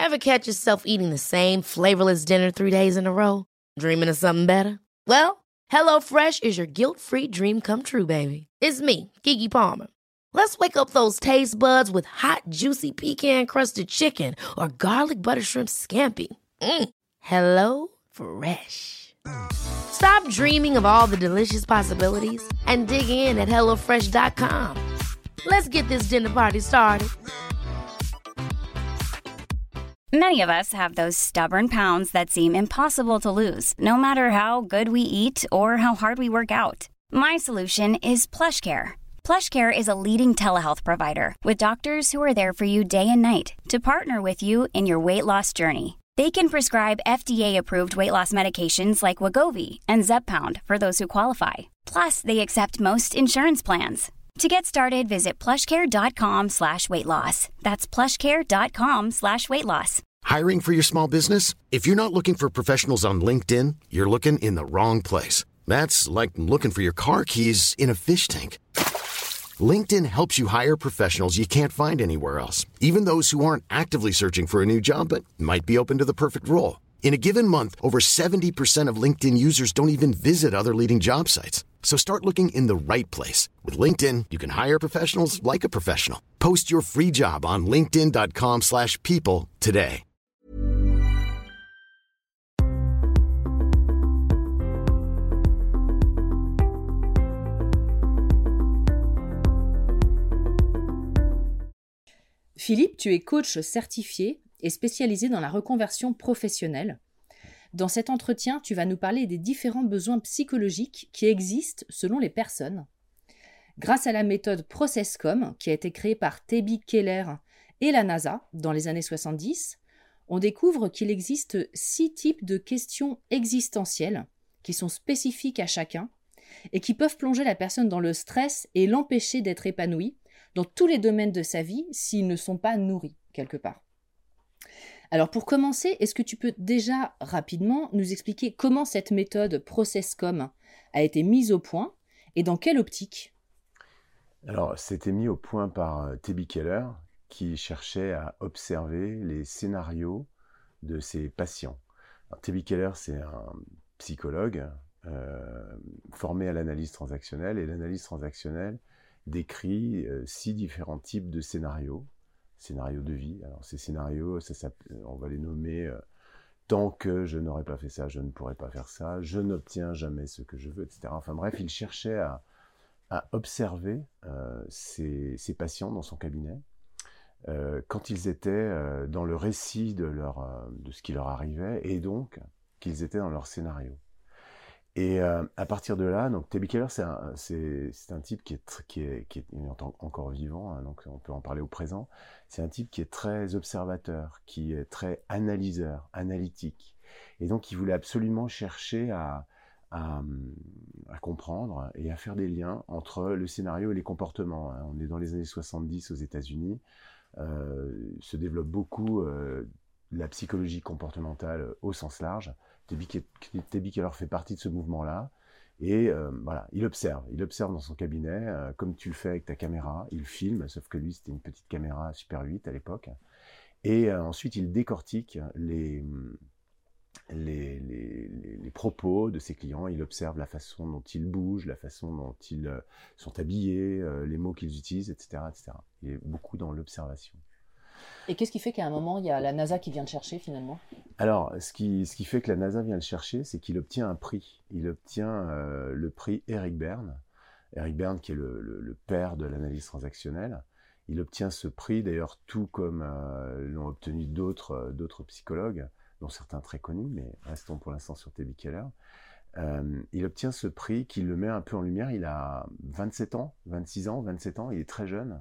Ever catch yourself eating the same flavorless dinner 3 days in a row? Dreaming of something better? Well, HelloFresh is your guilt-free dream come true, baby. It's me, Keke Palmer. Let's wake up those taste buds with hot, juicy pecan-crusted chicken or garlic butter shrimp scampi. Hello Fresh. Stop dreaming of all the delicious possibilities and dig in at HelloFresh.com. Let's get this dinner party started. Many of us have those stubborn pounds that seem impossible to lose, no matter how good we eat or how hard we work out. My solution is PlushCare. PlushCare is a leading telehealth provider with doctors who are there for you day and night to partner with you in your weight loss journey. They can prescribe FDA-approved weight loss medications like Wegovy and Zepbound for those who qualify. Plus, they accept most insurance plans. To get started, visit plushcare.com/weightloss. That's plushcare.com/weightloss. Hiring for your small business? If you're not looking for professionals on LinkedIn, you're looking in the wrong place. That's like looking for your car keys in a fish tank. LinkedIn helps you hire professionals you can't find anywhere else, even those who aren't actively searching for a new job but might be open to the perfect role. In a given month, over 70% of LinkedIn users don't even visit other leading job sites. So start looking in the right place. With LinkedIn, you can hire professionals like a professional. Post your free job on linkedin.com/people today. Philippe, tu es coach certifié et spécialisé dans la reconversion professionnelle. Dans cet entretien, tu vas nous parler des différents besoins psychologiques qui existent selon les personnes. Grâce à la méthode ProcessCom, qui a été créée par Tebi Keller et la NASA dans les années 70, on découvre qu'il existe 6 types de questions existentielles qui sont spécifiques à chacun et qui peuvent plonger la personne dans le stress et l'empêcher d'être épanouie dans tous les domaines de sa vie s'ils ne sont pas nourris quelque part. Alors pour commencer, est-ce que tu peux déjà rapidement nous expliquer comment cette méthode ProcessCom a été mise au point et dans quelle optique ? Alors, c'était mis au point par Tebi Keller qui cherchait à observer les scénarios de ses patients. Alors, Tebi Keller, c'est un psychologue formé à l'analyse transactionnelle et l'analyse transactionnelle décrit 6 différents types de scénarios de vie. Alors ces scénarios, on va les nommer tant que je n'aurais pas fait ça, je ne pourrais pas faire ça, je n'obtiens jamais ce que je veux, etc. Enfin bref, il cherchait à observer ses patients dans son cabinet quand ils étaient dans le récit de ce qui leur arrivait et donc qu'ils étaient dans leur scénario. Et à partir de là, donc Tebi Keller, c'est un type qui est encore vivant, hein, donc on peut en parler au présent. C'est un type qui est très observateur, qui est très analyseur, analytique. Et donc il voulait absolument chercher à comprendre et à faire des liens entre le scénario et les comportements. Hein. On est dans les années 70 aux États-Unis. Se développe beaucoup la psychologie comportementale au sens large. Tebi Keller fait partie de ce mouvement-là, et voilà, il observe dans son cabinet, comme tu le fais avec ta caméra, il filme, sauf que lui c'était une petite caméra Super 8 à l'époque, et ensuite il décortique les propos de ses clients, il observe la façon dont ils bougent, la façon dont ils sont habillés, les mots qu'ils utilisent, etc., etc. Il est beaucoup dans l'observation. Et qu'est-ce qui fait qu'à un moment, il y a la NASA qui vient le chercher finalement ? Alors, ce qui fait que la NASA vient le chercher, c'est qu'il obtient un prix. Il obtient le prix Eric Berne. Eric Berne, qui est le père de l'analyse transactionnelle. Il obtient ce prix, d'ailleurs, tout comme l'ont obtenu d'autres psychologues, dont certains très connus, mais restons pour l'instant sur Tebi Keller. Il obtient ce prix qui le met un peu en lumière. Il a 27 ans, 26 ans, 27 ans, il est très jeune.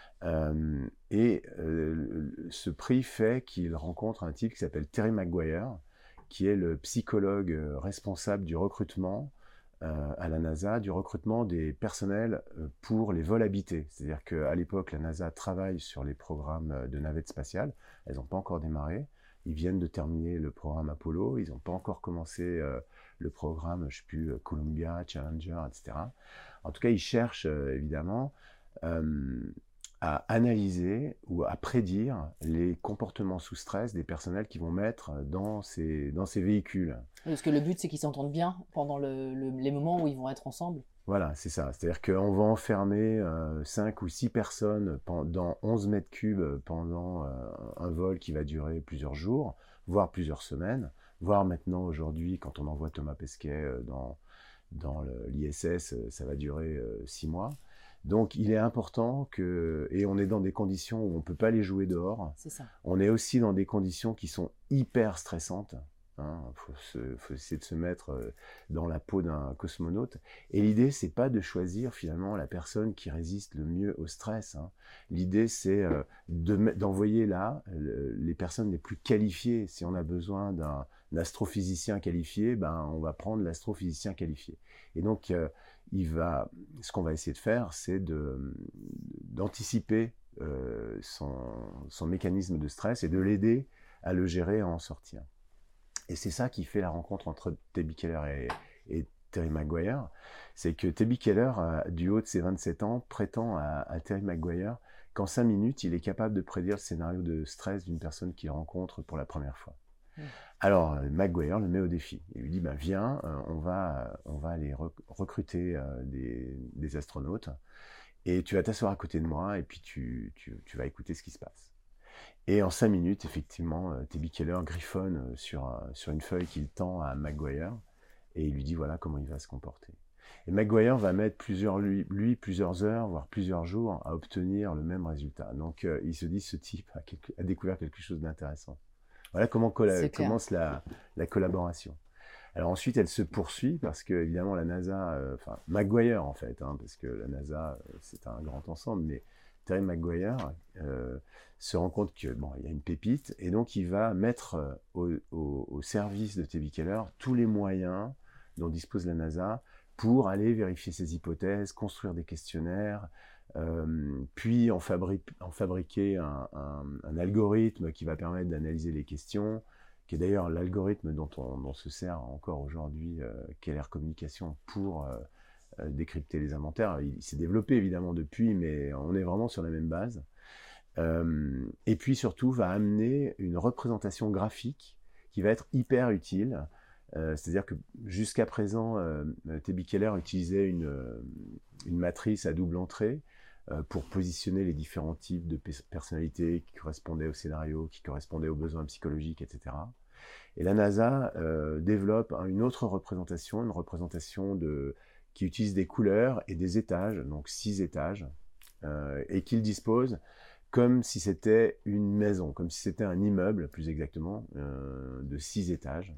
Ce prix fait qu'il rencontre un type qui s'appelle Terry McGuire, qui est le psychologue responsable du recrutement à la NASA, du recrutement des personnels pour les vols habités. C'est-à-dire qu'à l'époque, la NASA travaille sur les programmes de navettes spatiales. Elles n'ont pas encore démarré. Ils viennent de terminer le programme Apollo. Ils n'ont pas encore commencé le programme, je ne sais plus, Columbia, Challenger, etc. En tout cas, ils cherchent évidemment à analyser ou à prédire les comportements sous stress des personnels qui vont mettre dans ces véhicules. Parce que le but, c'est qu'ils s'entendent bien pendant les moments où ils vont être ensemble. Voilà, c'est ça. C'est-à-dire qu'on va enfermer 5 ou 6 personnes dans 11 mètres cubes pendant un vol qui va durer plusieurs jours, voire plusieurs semaines, voire maintenant aujourd'hui, quand on envoie Thomas Pesquet dans l'ISS, ça va durer 6 mois. Donc il est important et on est dans des conditions où on ne peut pas les jouer dehors. C'est ça. On est aussi dans des conditions qui sont hyper stressantes. Faut essayer de se mettre dans la peau d'un cosmonaute. Et l'idée, c'est pas de choisir finalement la personne qui résiste le mieux au stress. L'idée, c'est d'envoyer là les personnes les plus qualifiées. Si on a besoin d'un astrophysicien qualifié, on va prendre l'astrophysicien qualifié. Et donc, ce qu'on va essayer de faire, c'est d'anticiper son mécanisme de stress et de l'aider à le gérer, à en sortir. Et c'est ça qui fait la rencontre entre T.B. Keller et Terry McGuire. C'est que T.B. Keller, du haut de ses 27 ans, prétend à Terry McGuire qu'en 5 minutes, il est capable de prédire le scénario de stress d'une personne qu'il rencontre pour la première fois. Alors, McGuire le met au défi. Il lui dit, viens, on va aller recruter des astronautes, et tu vas t'asseoir à côté de moi, et puis tu vas écouter ce qui se passe. Et en 5 minutes, effectivement, T.B. Keller griffonne sur une feuille qu'il tend à McGuire, et il lui dit voilà comment il va se comporter. Et McGuire va mettre plusieurs heures, voire plusieurs jours, à obtenir le même résultat. Donc il se dit, ce type a découvert quelque chose d'intéressant. Voilà comment commence la collaboration. Alors ensuite, elle se poursuit, parce que évidemment la NASA, McGuire en fait, parce que la NASA, c'est un grand ensemble, mais Terry McGuire se rend compte qu'il y a une pépite, et donc il va mettre au service de T.B. Keller tous les moyens dont dispose la NASA pour aller vérifier ses hypothèses, construire des questionnaires, puis en fabriquer un algorithme qui va permettre d'analyser les questions, qui est d'ailleurs l'algorithme dont se sert encore aujourd'hui Keller Communication pour décrypter les inventaires. Il s'est développé évidemment depuis, mais on est vraiment sur la même base. Et puis surtout va amener une représentation graphique qui va être hyper utile. C'est-à-dire que jusqu'à présent, T.B. Keller utilisait une matrice à double entrée pour positionner les différents types de personnalités qui correspondaient au scénario, qui correspondaient aux besoins psychologiques, etc. Et la NASA développe une autre représentation, qui utilise des couleurs et des étages, donc 6 étages, et qu'il dispose comme si c'était une maison, comme si c'était un immeuble, plus exactement, de 6 étages,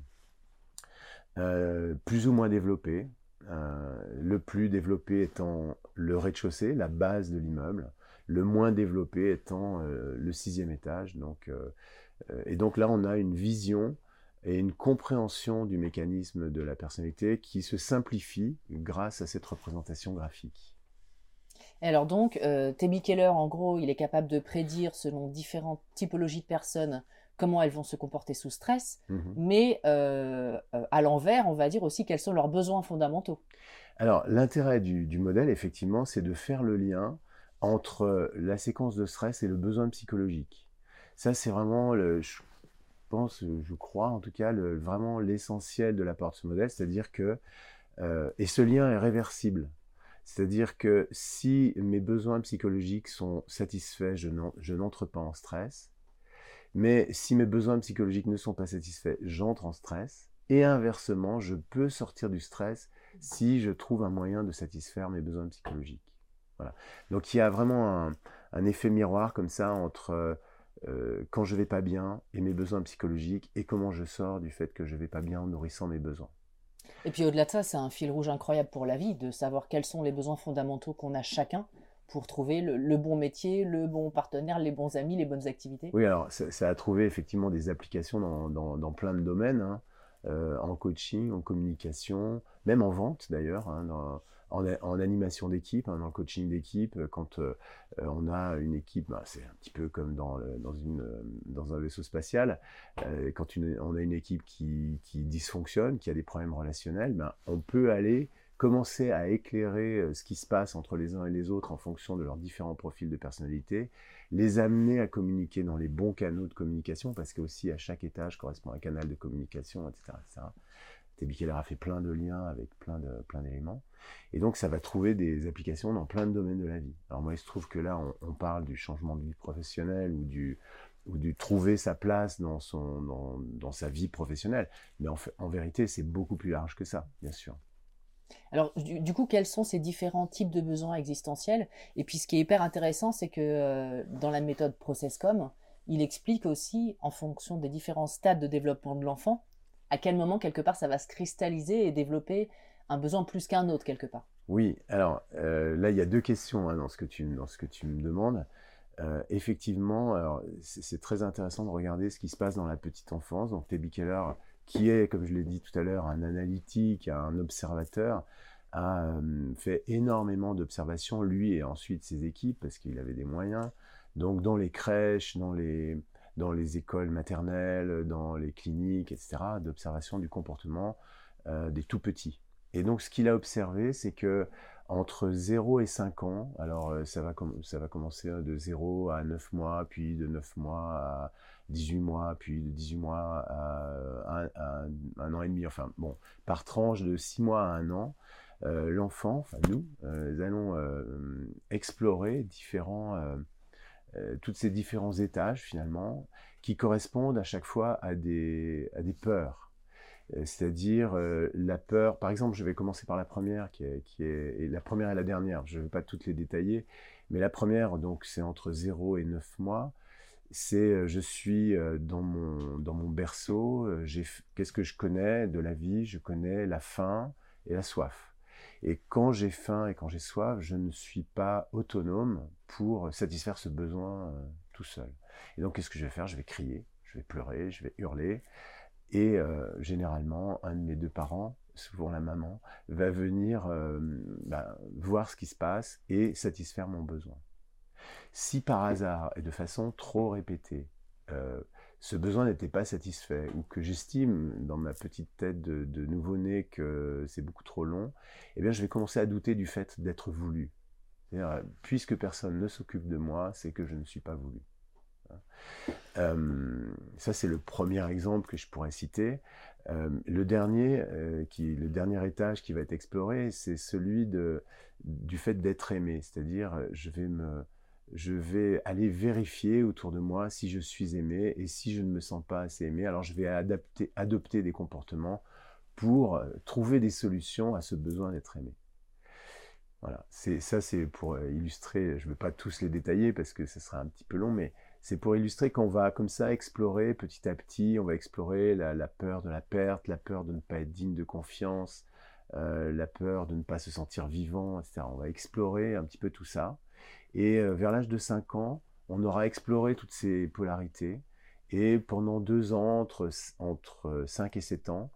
plus ou moins développé. Le plus développé étant le rez-de-chaussée, la base de l'immeuble, le moins développé étant le 6e étage. Et donc là, on a une vision et une compréhension du mécanisme de la personnalité qui se simplifie grâce à cette représentation graphique. Et alors donc, T.B. Keller, en gros, il est capable de prédire selon différentes typologies de personnes comment elles vont se comporter sous stress, mais à l'envers, on va dire aussi quels sont leurs besoins fondamentaux. Alors, l'intérêt du modèle, effectivement, c'est de faire le lien entre la séquence de stress et le besoin psychologique. Ça, c'est vraiment, je crois en tout cas, vraiment l'essentiel de l'apport de ce modèle, c'est-à-dire que, et ce lien est réversible. C'est-à-dire que si mes besoins psychologiques sont satisfaits, je n'entre pas en stress. Mais si mes besoins psychologiques ne sont pas satisfaits, j'entre en stress. Et inversement, je peux sortir du stress si je trouve un moyen de satisfaire mes besoins psychologiques. Voilà. Donc il y a vraiment un effet miroir comme ça entre quand je vais pas bien et mes besoins psychologiques, et comment je sors du fait que je vais pas bien en nourrissant mes besoins. Et puis au-delà de ça, c'est un fil rouge incroyable pour la vie, de savoir quels sont les besoins fondamentaux qu'on a chacun pour trouver le bon métier, le bon partenaire, les bons amis, les bonnes activités. Oui, alors ça a trouvé effectivement des applications dans plein de domaines, en coaching, en communication, même en vente d'ailleurs, en animation d'équipe, dans le coaching d'équipe, quand on a une équipe, c'est un petit peu comme dans un vaisseau spatial, quand on a une équipe qui dysfonctionne, qui a des problèmes relationnels, on peut aller commencer à éclairer ce qui se passe entre les uns et les autres en fonction de leurs différents profils de personnalité, les amener à communiquer dans les bons canaux de communication, parce qu'aussi à chaque étage correspond un canal de communication, etc. etc. T.B. Keller a fait plein de liens avec plein d'éléments. Et donc, ça va trouver des applications dans plein de domaines de la vie. Alors moi, il se trouve que là, on parle du changement de vie professionnelle ou du trouver sa place dans sa vie professionnelle. Mais en vérité, c'est beaucoup plus large que ça, bien sûr. Alors, du coup, quels sont ces différents types de besoins existentiels? Et puis, ce qui est hyper intéressant, c'est que dans la méthode ProcessCom, il explique aussi, en fonction des différents stades de développement de l'enfant, à quel moment, quelque part, ça va se cristalliser et développer un besoin plus qu'un autre, quelque part. Oui, alors là, il y a deux questions dans ce que tu me demandes. Effectivement, alors, c'est très intéressant de regarder ce qui se passe dans la petite enfance. Donc, T.B. Keller, qui est, comme je l'ai dit tout à l'heure, un analytique, un observateur, a fait énormément d'observations, lui et ensuite ses équipes, parce qu'il avait des moyens. Donc, dans les crèches, dans les écoles maternelles, dans les cliniques, etc., d'observation du comportement des tout-petits. Et donc, ce qu'il a observé, c'est que entre 0 et 5 ans, alors ça va commencer de 0 à 9 mois, puis de 9 mois à 18 mois, puis de 18 mois à 1 an et demi, enfin bon, par tranche de 6 mois à 1 an, l'enfant, enfin nous, allons explorer tous ces différents étages finalement, qui correspondent à chaque fois à des peurs. C'est-à-dire la peur, par exemple, je vais commencer par la première, et la première et la dernière, je ne vais pas toutes les détailler, mais la première, donc c'est entre 0 et 9 mois, c'est je suis dans mon berceau, qu'est-ce que je connais de la vie? Je connais la faim et la soif. Et quand j'ai faim et quand j'ai soif, je ne suis pas autonome pour satisfaire ce besoin tout seul. Et donc, qu'est-ce que je vais faire? Je vais crier, je vais pleurer, je vais hurler. Et généralement, un de mes deux parents, souvent la maman, va venir voir ce qui se passe et satisfaire mon besoin. Si par hasard et de façon trop répétée, ce besoin n'était pas satisfait, ou que j'estime dans ma petite tête de nouveau-né que c'est beaucoup trop long, eh bien je vais commencer à douter du fait d'être voulu. C'est-à-dire, puisque personne ne s'occupe de moi, c'est que je ne suis pas voulu. Ça, c'est le premier exemple que je pourrais citer. Le dernier étage qui va être exploré, c'est celui du fait d'être aimé. C'est-à-dire, je vais aller vérifier autour de moi si je suis aimé, et si je ne me sens pas assez aimé, alors je vais adopter des comportements pour trouver des solutions à ce besoin d'être aimé. Voilà, c'est pour illustrer, je ne vais pas tous les détailler parce que ce sera un petit peu long, mais c'est pour illustrer qu'on va comme ça explorer petit à petit, on va explorer la peur de la perte, la peur de ne pas être digne de confiance, la peur de ne pas se sentir vivant, etc. On va explorer un petit peu tout ça. Et vers l'âge de 5 ans, on aura exploré toutes ces polarités. Et pendant 2 ans, entre 5 et 7 ans,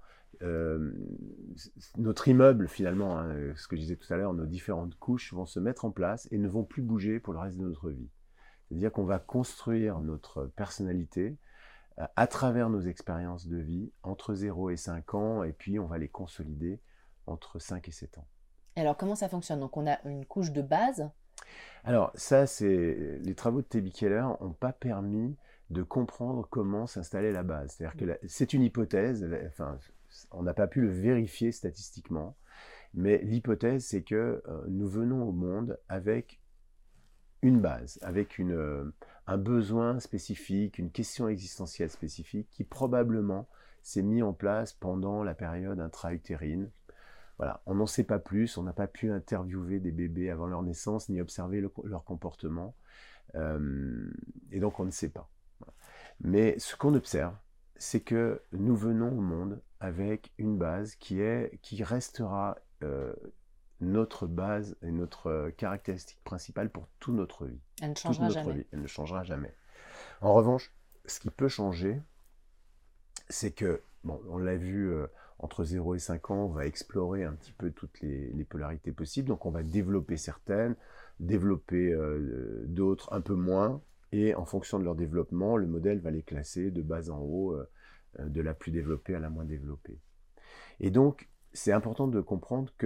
notre immeuble finalement, ce que je disais tout à l'heure, nos différentes couches vont se mettre en place et ne vont plus bouger pour le reste de notre vie. C'est-à-dire qu'on va construire notre personnalité à travers nos expériences de vie entre 0 et 5 ans, et puis on va les consolider entre 5 et 7 ans. Et alors, comment ça fonctionne? Donc, on a une couche de base. Alors, ça, les travaux de T.B. Keller n'ont pas permis de comprendre comment s'installait la base. C'est-à-dire que c'est une hypothèse, enfin, on n'a pas pu le vérifier statistiquement, mais l'hypothèse, c'est que nous venons au monde avec une base, avec un besoin spécifique, une question existentielle spécifique qui probablement s'est mis en place pendant la période intra-utérine. Voilà, on n'en sait pas plus, on n'a pas pu interviewer des bébés avant leur naissance ni observer leur comportement, et donc on ne sait pas. Mais ce qu'on observe, c'est que nous venons au monde avec une base qui restera notre base et notre caractéristique principale pour toute notre vie. Elle ne changera jamais. Elle ne changera jamais. En revanche, ce qui peut changer, c'est que, bon, on l'a vu, entre 0 et 5 ans, on va explorer un petit peu toutes les polarités possibles. Donc on va développer certaines, développer d'autres un peu moins. Et en fonction de leur développement, le modèle va les classer de bas en haut, de la plus développée à la moins développée. Et donc, c'est important de comprendre que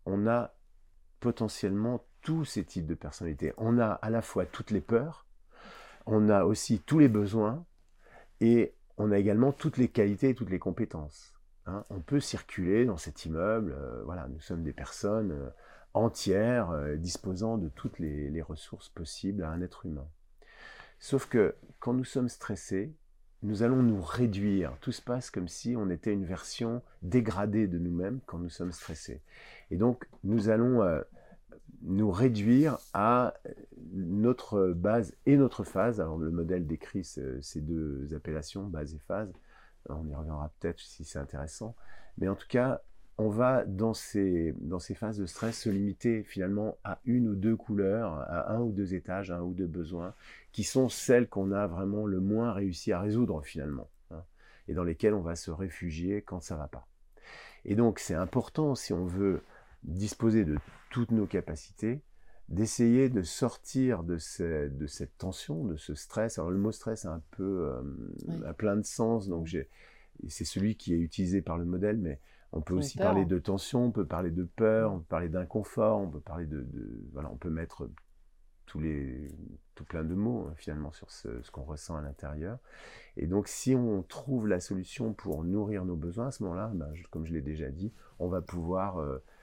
on a potentiellement tous ces types de personnalités. On a à la fois toutes les peurs, on a aussi tous les besoins, et on a également toutes les qualités et toutes les compétences. Hein. On peut circuler dans cet immeuble, voilà, nous sommes des personnes entières, disposant de toutes les ressources possibles à un être humain. Sauf que quand nous sommes stressés, nous allons nous réduire. Tout se passe comme si on était une version dégradée de nous-mêmes quand nous sommes stressés. Et donc, nous allons nous réduire à notre base et notre phase. Alors, le modèle décrit ces deux appellations, base et phase. On y reviendra peut-être si c'est intéressant. Mais en tout cas, on va, dans ces phases de stress, se limiter finalement à une ou deux couleurs, à un ou deux étages, un ou deux besoins, qui sont celles qu'on a vraiment le moins réussi à résoudre finalement, hein, et dans lesquelles on va se réfugier quand ça ne va pas. Et donc, c'est important, si on veut disposer de toutes nos capacités, d'essayer de sortir de cette tension, de ce stress. Alors, le mot stress a plein de sens, donc c'est celui qui est utilisé par le modèle, mais on peut aussi parler de tension, on peut parler de peur, on peut parler d'inconfort, on peut parler voilà, on peut mettre tout plein de mots finalement sur ce qu'on ressent à l'intérieur. Et donc, si on trouve la solution pour nourrir nos besoins, à ce moment-là, comme je l'ai déjà dit, on va pouvoir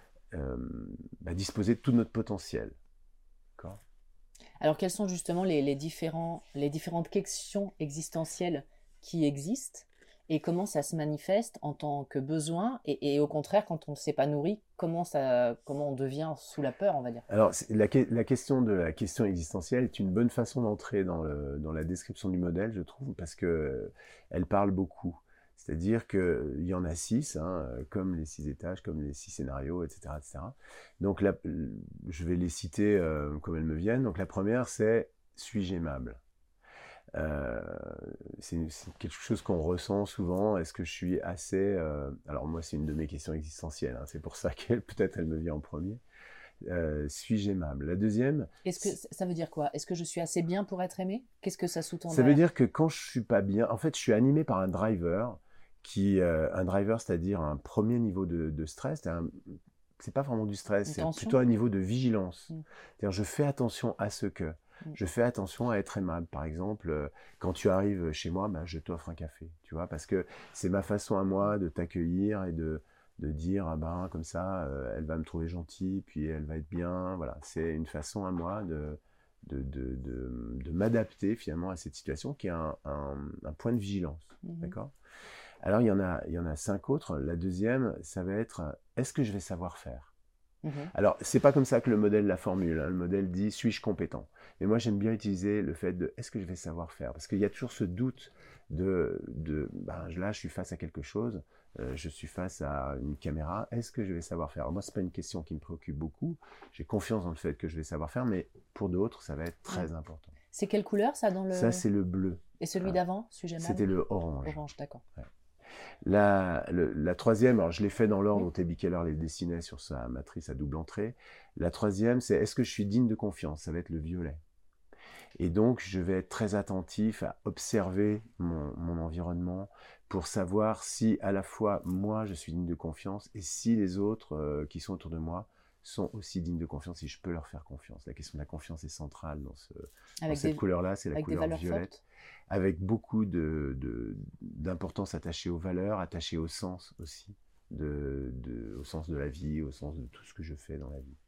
disposer de tout notre potentiel. D'accord ? Alors, quelles sont justement les différentes questions existentielles qui existent et comment ça se manifeste en tant que besoin et au contraire, quand on ne s'est pas nourri, comment on devient sous la peur, on va dire. Alors, la question de la question existentielle est une bonne façon d'entrer dans la description du modèle, je trouve, parce qu'elle parle beaucoup. C'est-à-dire qu'il y en a 6, hein, comme les 6 étages, comme les 6 scénarios, etc., etc. Donc là, je vais les citer comme elles me viennent. Donc la première, c'est « suis-je aimable ?» C'est quelque chose qu'on ressent souvent. Est-ce que je suis assez... Alors moi, c'est une de mes questions existentielles. Hein, c'est pour ça qu'elle me vient en premier. Suis-je aimable ? La deuxième... Est-ce que ça veut dire quoi ? Est-ce que je suis assez bien pour être aimé ? Qu'est-ce que ça sous-tend ? Ça veut dire que quand je suis pas bien... En fait, je suis animé par un driver, c'est-à-dire un premier niveau de stress. C'est pas vraiment du stress, c'est plutôt un niveau de vigilance. C'est-à-dire, je fais attention à ce que... Je fais attention à être aimable. Par exemple, quand tu arrives chez moi, je t'offre un café, tu vois, parce que c'est ma façon à moi de t'accueillir et de dire, comme ça, elle va me trouver gentil, puis elle va être bien. Voilà, c'est une façon à moi de m'adapter finalement à cette situation qui est un point de vigilance. D'accord ? Alors, il y en a 5 autres. La deuxième, ça va être, est-ce que je vais savoir faire ? Alors, c'est pas comme ça que le modèle la formule. Hein. Le modèle dit, suis-je compétent ? Mais moi, j'aime bien utiliser le fait de, est-ce que je vais savoir faire ? Parce qu'il y a toujours ce doute là, je suis face à quelque chose, je suis face à une caméra, est-ce que je vais savoir faire ? Alors moi, c'est pas une question qui me préoccupe beaucoup. J'ai confiance dans le fait que je vais savoir faire, mais pour d'autres, ça va être très important. C'est quelle couleur, ça, dans le... Ça, c'est le bleu. Et celui d'avant, suis-je aimable ? C'était le orange. Orange, d'accord. Ouais. La troisième, alors je l'ai fait dans l'ordre où T.B. Keller les dessinait sur sa matrice à double entrée. La troisième, c'est est-ce que je suis digne de confiance ? Ça va être le violet. Et donc, je vais être très attentif à observer mon environnement pour savoir si à la fois moi je suis digne de confiance et si les autres qui sont autour de moi sont aussi dignes de confiance, si je peux leur faire confiance. La question de la confiance est centrale dans cette couleur-là, c'est la couleur violette. Fortes. Avec beaucoup d'importance attachée aux valeurs, attachée au sens aussi, au sens de la vie, au sens de tout ce que je fais dans la vie.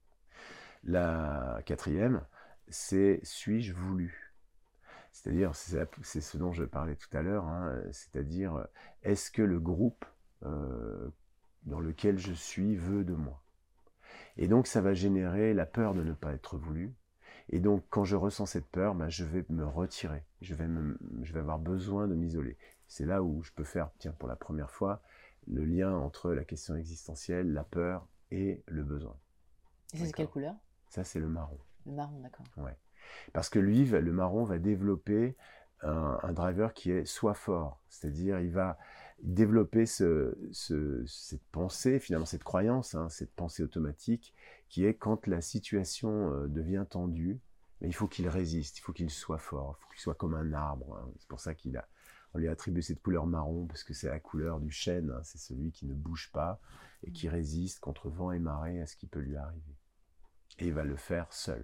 La quatrième, c'est « suis-je voulu ?» C'est-à-dire, c'est ce dont je parlais tout à l'heure, hein, c'est-à-dire, est-ce que le groupe dans lequel je suis veut de moi ? Et donc, ça va générer la peur de ne pas être voulu. Et donc, quand je ressens cette peur, je vais me retirer. Je vais avoir besoin de m'isoler. C'est là où je peux faire, pour la première fois, le lien entre la question existentielle, la peur et le besoin. Et c'est quelle couleur ? Ça, c'est le marron. Le marron, d'accord. Ouais. Parce que lui, le marron va développer un driver qui est soit fort, c'est-à-dire il va développer cette pensée, finalement cette croyance, hein, cette pensée automatique, qui est quand la situation devient tendue, mais il faut qu'il résiste, il faut qu'il soit fort, il faut qu'il soit comme un arbre. Hein. C'est pour ça qu'il a On lui a attribué cette couleur marron parce que c'est la couleur du chêne, hein, c'est celui qui ne bouge pas et qui résiste contre vent et marée à ce qui peut lui arriver. Et il va le faire seul.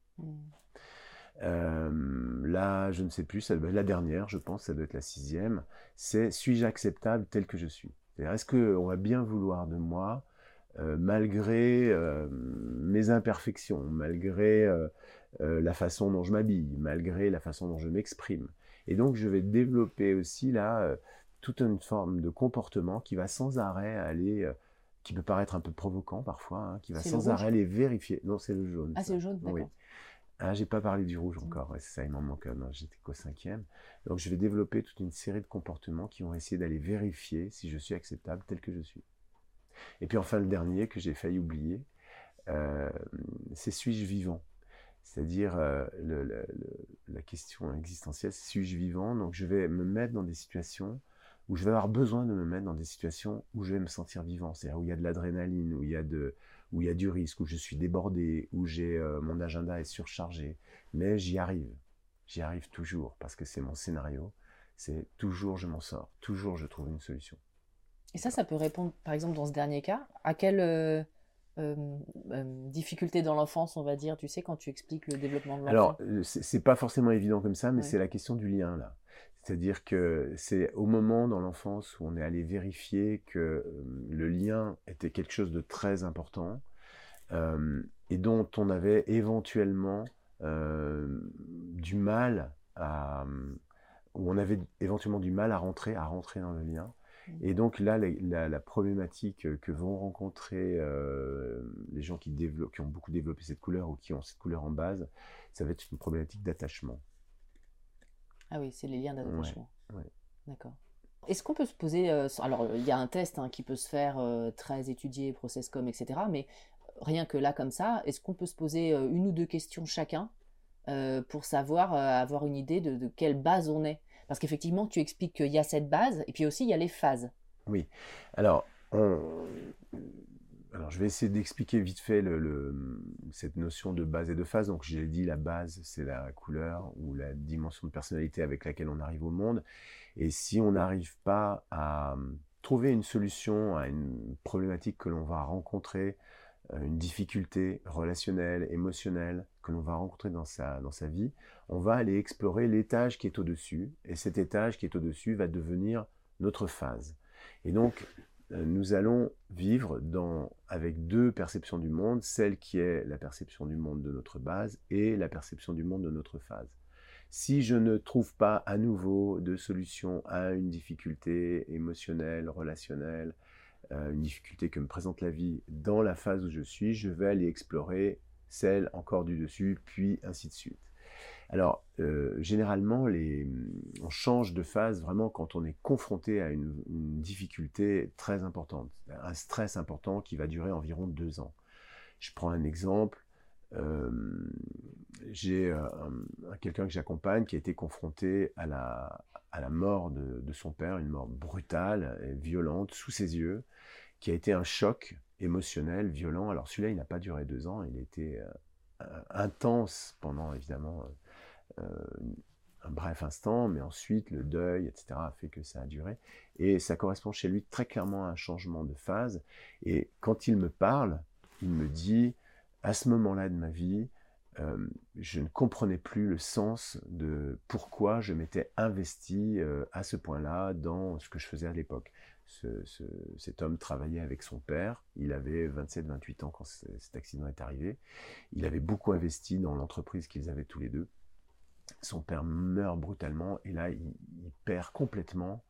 Là, je ne sais plus, la dernière, je pense, ça doit être la 6e, c'est « Suis-je acceptable tel que je suis ?» C'est-à-dire, est-ce qu'on va bien vouloir de moi malgré mes imperfections, malgré la façon dont je m'habille, malgré la façon dont je m'exprime. Et donc, je vais développer aussi là toute une forme de comportement qui va sans arrêt aller, qui peut paraître un peu provoquant parfois, hein, qui va sans arrêt aller vérifier. Non, c'est le jaune. Ah, c'est le jaune, d'accord. Oui. Ah, j'ai pas parlé du rouge encore, ouais, c'est ça, il m'en manque un, j'étais qu'au 5e. Donc, je vais développer toute une série de comportements qui vont essayer d'aller vérifier si je suis acceptable tel que je suis. Et puis enfin, le dernier que j'ai failli oublier, c'est « Suis-je vivant ?» C'est-à-dire la question existentielle, c'est « Suis-je vivant ?» Donc je vais me mettre dans des situations où je vais avoir besoin de me mettre dans des situations où je vais me sentir vivant, c'est-à-dire où il y a de l'adrénaline, où il y a du risque, où je suis débordé, où mon agenda est surchargé, mais j'y arrive toujours, parce que c'est mon scénario, c'est toujours je m'en sors, toujours je trouve une solution. Et ça peut répondre, par exemple, dans ce dernier cas, à quelle difficulté dans l'enfance, on va dire, tu sais, quand tu expliques le développement de l'enfant? Alors, c'est pas forcément évident comme ça, mais c'est la question du lien, là. C'est-à-dire que c'est au moment dans l'enfance où on est allé vérifier que le lien était quelque chose de très important et dont on avait éventuellement du mal où on avait éventuellement du mal à rentrer dans le lien. Et donc là, la problématique que vont rencontrer les gens qui ont beaucoup développé cette couleur ou qui ont cette couleur en base, ça va être une problématique d'attachement. Ah oui, c'est les liens d'attachement. Ouais. D'accord. Est-ce qu'on peut se poser... alors, il y a un test qui peut se faire très étudié, ProcessCom, etc. Mais rien que là, comme ça, est-ce qu'on peut se poser une ou deux questions chacun pour savoir, avoir une idée de quelle base on est? Parce qu'effectivement, tu expliques qu'il y a cette base, et puis aussi, il y a les phases. Oui. Alors, je vais essayer d'expliquer vite fait cette notion de base et de phase. Donc, j'ai dit, la base, c'est la couleur ou la dimension de personnalité avec laquelle on arrive au monde. Et si on n'arrive pas à trouver une solution à une problématique que l'on va rencontrer, une difficulté relationnelle, émotionnelle que l'on va rencontrer dans sa vie, on va aller explorer l'étage qui est au-dessus, et cet étage qui est au-dessus va devenir notre phase. Et donc, nous allons vivre avec deux perceptions du monde, celle qui est la perception du monde de notre base et la perception du monde de notre phase. Si je ne trouve pas à nouveau de solution à une difficulté émotionnelle, relationnelle, une difficulté que me présente la vie dans la phase où je suis, je vais aller explorer celle encore du dessus, puis ainsi de suite. Alors, généralement, on change de phase vraiment quand on est confronté à une difficulté très importante, un stress important qui va durer environ 2 ans. Je prends un exemple. J'ai quelqu'un que j'accompagne qui a été confronté à la mort de son père, une mort brutale et violente sous ses yeux, qui a été un choc émotionnel, violent. Alors celui-là, il n'a pas duré 2 ans, il a été intense pendant évidemment un bref instant, mais ensuite le deuil, etc., a fait que ça a duré. Et ça correspond chez lui très clairement à un changement de phase. Et quand il me parle, il me dit, à ce moment-là de ma vie, je ne comprenais plus le sens de pourquoi je m'étais investi à ce point-là dans ce que je faisais à l'époque. Cet homme travaillait avec son père, il avait 27-28 ans quand cet accident est arrivé. Il avait beaucoup investi dans l'entreprise qu'ils avaient tous les deux. Son père meurt brutalement et là, il perd complètement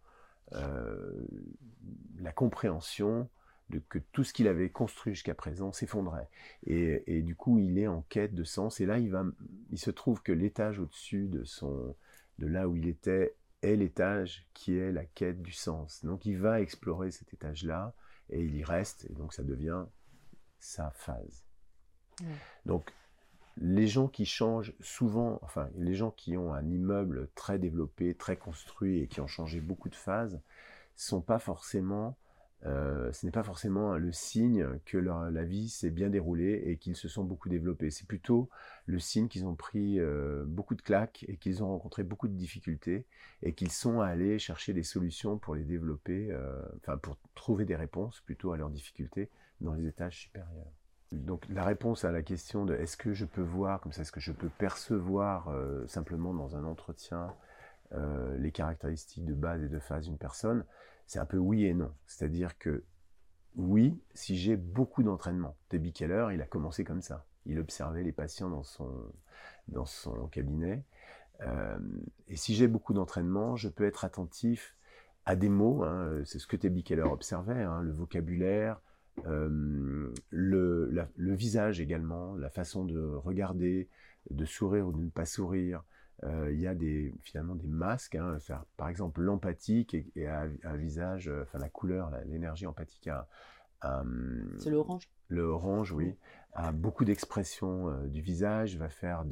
la compréhension que tout ce qu'il avait construit jusqu'à présent s'effondrait. Et du coup, il est en quête de sens. Et là, il se trouve que l'étage au-dessus de là où il était est l'étage qui est la quête du sens. Donc, il va explorer cet étage-là et il y reste. Et donc, ça devient sa phase. Donc, les gens qui changent souvent, enfin, les gens qui ont un immeuble très développé, très construit et qui ont changé beaucoup de phases, sont pas forcément ce n'est pas forcément le signe que la vie s'est bien déroulée et qu'ils se sont beaucoup développés. C'est plutôt le signe qu'ils ont pris beaucoup de claques et qu'ils ont rencontré beaucoup de difficultés et qu'ils sont allés chercher des solutions pour les développer, pour trouver des réponses plutôt à leurs difficultés dans les étages supérieurs. Donc la réponse à la question de est-ce que je peux voir comme ça, est-ce que je peux percevoir simplement dans un entretien les caractéristiques de base et de phase d'une personne, c'est un peu oui et non. C'est-à-dire que oui, si j'ai beaucoup d'entraînement. Debbie Keller, il a commencé comme ça. Il observait les patients dans son cabinet. Et si j'ai beaucoup d'entraînement, je peux être attentif à des mots. C'est ce que Debbie Keller observait, le vocabulaire, le visage également, la façon de regarder, de sourire ou de ne pas sourire. Il y a finalement des masques, par exemple l'empathique et un visage, la couleur, l'énergie empathique c'est l'orange. Le orange, oui, a beaucoup d'expressions du visage, va faire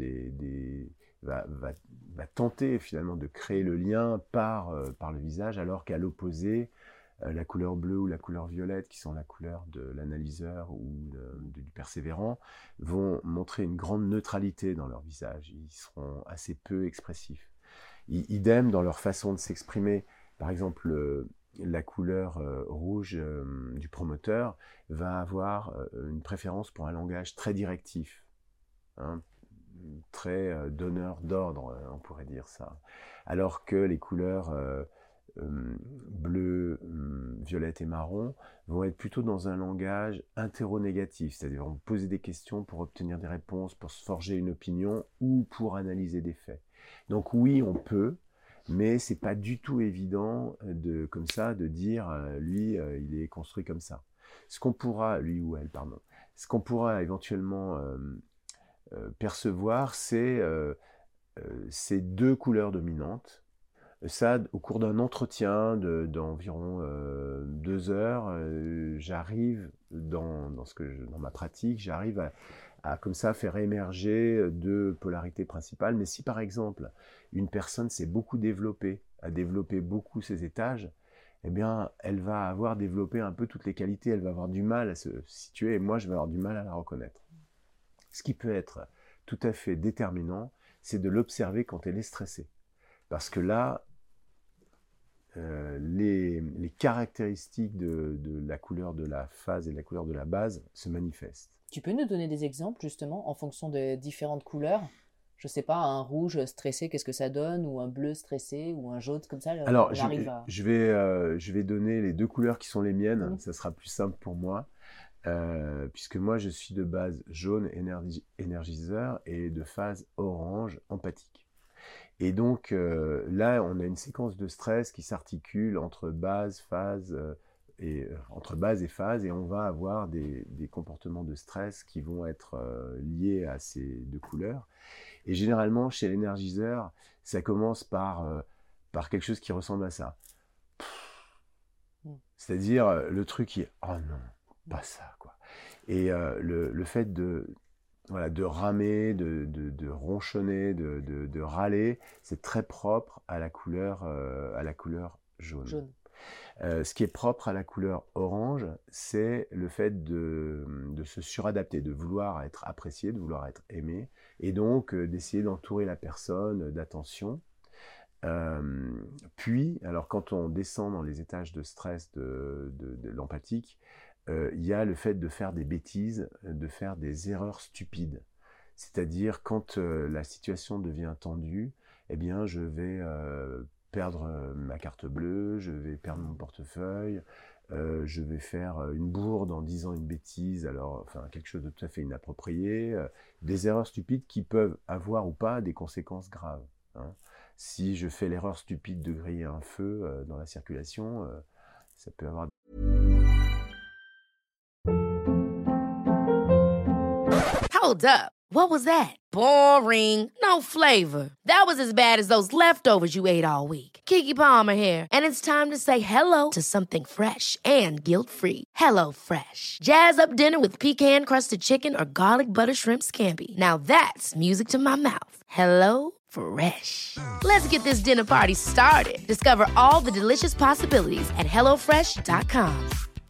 va tenter finalement de créer le lien par le visage, alors qu'à l'opposé, la couleur bleue ou la couleur violette, qui sont la couleur de l'analyseur ou du persévérant, vont montrer une grande neutralité dans leur visage. Ils seront assez peu expressifs. Idem dans leur façon de s'exprimer. Par exemple, la couleur rouge du promoteur va avoir une préférence pour un langage très directif, très donneur d'ordre, on pourrait dire ça. Alors que les couleurs bleu, violette et marron vont être plutôt dans un langage interronégatif, c'est-à-dire vont poser des questions pour obtenir des réponses, pour se forger une opinion ou pour analyser des faits. Donc oui, on peut, mais c'est pas du tout évident comme ça de dire lui, il est construit comme ça. Ce qu'on pourra, lui ou elle, pardon, ce qu'on pourra éventuellement percevoir, c'est ces deux couleurs dominantes. Ça, au cours d'un entretien d'environ 2 heures, j'arrive dans ma pratique, j'arrive à comme ça faire émerger 2 polarités principales. Mais si par exemple une personne s'est beaucoup développée, a développé beaucoup ses étages, eh bien elle va avoir développé un peu toutes les qualités, elle va avoir du mal à se situer et moi je vais avoir du mal à la reconnaître. Ce qui peut être tout à fait déterminant, c'est de l'observer quand elle est stressée. Parce que là, les caractéristiques de la couleur de la phase et de la couleur de la base se manifestent. Tu peux nous donner des exemples justement en fonction des différentes couleurs? Je sais pas, un rouge stressé, qu'est-ce que ça donne? Ou un bleu stressé, ou un jaune comme ça? Alors, je vais donner les 2 couleurs qui sont les miennes, ça sera plus simple pour moi. Puisque moi je suis de base jaune énergiseur et de phase orange empathique. Et donc là, on a une séquence de stress qui s'articule entre base, phase et phase, et on va avoir des comportements de stress qui vont être liés à ces 2 couleurs. Et généralement, chez l'énergiseur, ça commence par quelque chose qui ressemble à ça. C'est-à-dire le truc qui est « oh non, pas ça, quoi ». Et le fait de ramer, de ronchonner, de râler, c'est très propre à la couleur jaune. Ce qui est propre à la couleur orange, c'est le fait de se suradapter, de vouloir être apprécié, de vouloir être aimé, et donc d'essayer d'entourer la personne d'attention. Puis, alors quand on descend dans les étages de stress de l'empathique, il y a le fait de faire des bêtises, de faire des erreurs stupides. C'est-à-dire, quand la situation devient tendue, eh bien, je vais perdre ma carte bleue, je vais perdre mon portefeuille, je vais faire une bourde en disant une bêtise, quelque chose de tout à fait inapproprié, des erreurs stupides qui peuvent avoir ou pas des conséquences graves. Si je fais l'erreur stupide de griller un feu dans la circulation, ça peut avoir... Hold up. What was that? Boring. No flavor. That was as bad as those leftovers you ate all week. Keke Palmer here, and it's time to say hello to something fresh and guilt-free. Hello Fresh. Jazz up dinner with pecan-crusted chicken or garlic butter shrimp scampi. Now that's music to my mouth. Hello Fresh. Let's get this dinner party started. Discover all the delicious possibilities at HelloFresh.com.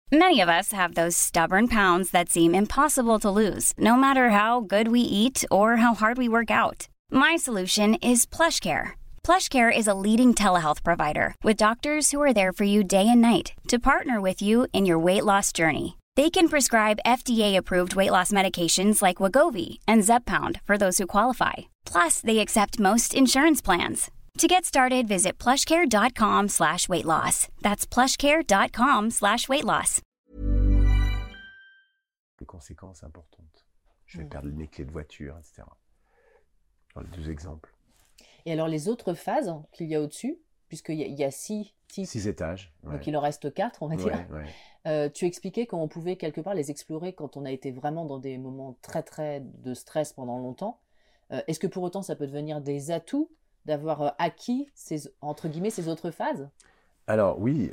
Many of us have those stubborn pounds that seem impossible to lose, no matter how good we eat or how hard we work out. My solution is PlushCare. PlushCare is a leading telehealth provider with doctors who are there for you day and night to partner with you in your weight loss journey. They can prescribe FDA-approved weight loss medications like Wegovy and Zepbound for those who qualify. Plus, they accept most insurance plans. To get started, visit plushcare.com/weightloss. That's plushcare.com/weightloss. Des conséquences importantes. Je vais perdre mes clés de voiture, etc. Dans les 2 exemples. Et alors les autres phases qu'il y a au-dessus, puisqu'il y a 6 types, 6 étages. Ouais. donc il en reste 4, on va dire. Ouais. Tu expliquais qu'on pouvait quelque part les explorer quand on a été vraiment dans des moments très très de stress pendant longtemps. Est-ce que pour autant ça peut devenir des atouts d'avoir acquis entre guillemets ces autres phases? Alors oui,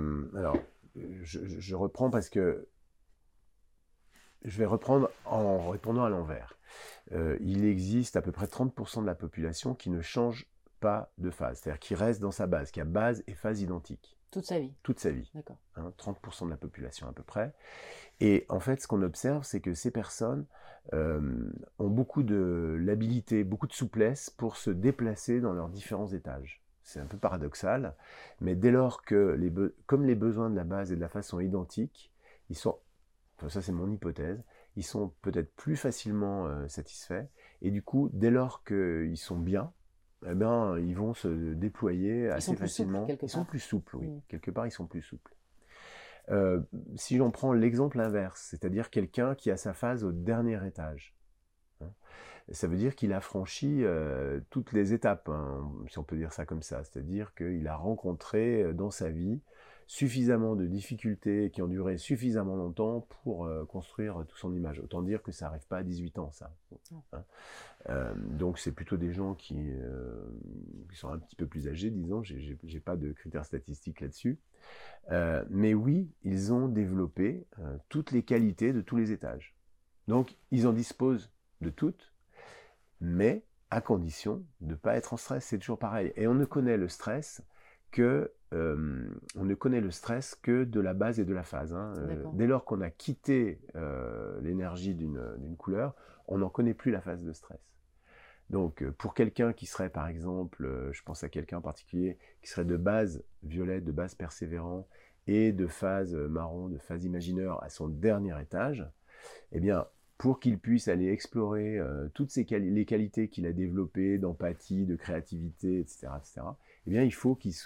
je reprends parce que je vais reprendre en répondant à l'envers. Il existe à peu près 30% de la population qui ne change pas de phase, c'est-à-dire qui reste dans sa base, qui a base et phase identiques. Toute sa vie. Toute sa vie. D'accord. 30% de la population à peu près. Et en fait, ce qu'on observe, c'est que ces personnes ont beaucoup de l'habilité, beaucoup de souplesse pour se déplacer dans leurs différents étages. C'est un peu paradoxal, mais dès lors que, comme les besoins de la base et de la phase sont identiques, ils sont, enfin, ça c'est mon hypothèse, ils sont peut-être plus facilement satisfaits, et du coup, dès lors qu'ils sont bien, eh ben, ils vont se déployer assez facilement. Ils sont plus souples, oui. Quelque part, ils sont plus souples. Si j'en prends l'exemple inverse, c'est-à-dire quelqu'un qui a sa phase au dernier étage, ça veut dire qu'il a franchi toutes les étapes, si on peut dire ça comme ça, c'est-à-dire qu'il a rencontré dans sa vie suffisamment de difficultés qui ont duré suffisamment longtemps pour construire toute son image. Autant dire que ça n'arrive pas à 18 ans, ça. Donc c'est plutôt des gens qui sont un petit peu plus âgés, disons, j'ai pas de critères statistiques là-dessus. Mais oui, ils ont développé toutes les qualités de tous les étages. Donc ils en disposent de toutes, mais à condition de ne pas être en stress, c'est toujours pareil. Et on ne connaît le stress que de la base et de la phase. Dès lors qu'on a quitté l'énergie d'une couleur, on n'en connaît plus la phase de stress. Donc pour quelqu'un qui serait par exemple, je pense à quelqu'un en particulier, qui serait de base violette, de base persévérant et de phase marron, de phase imagineur à son dernier étage, eh bien pour qu'il puisse aller explorer toutes les qualités qu'il a développées d'empathie, de créativité, etc., eh bien il faut qu'il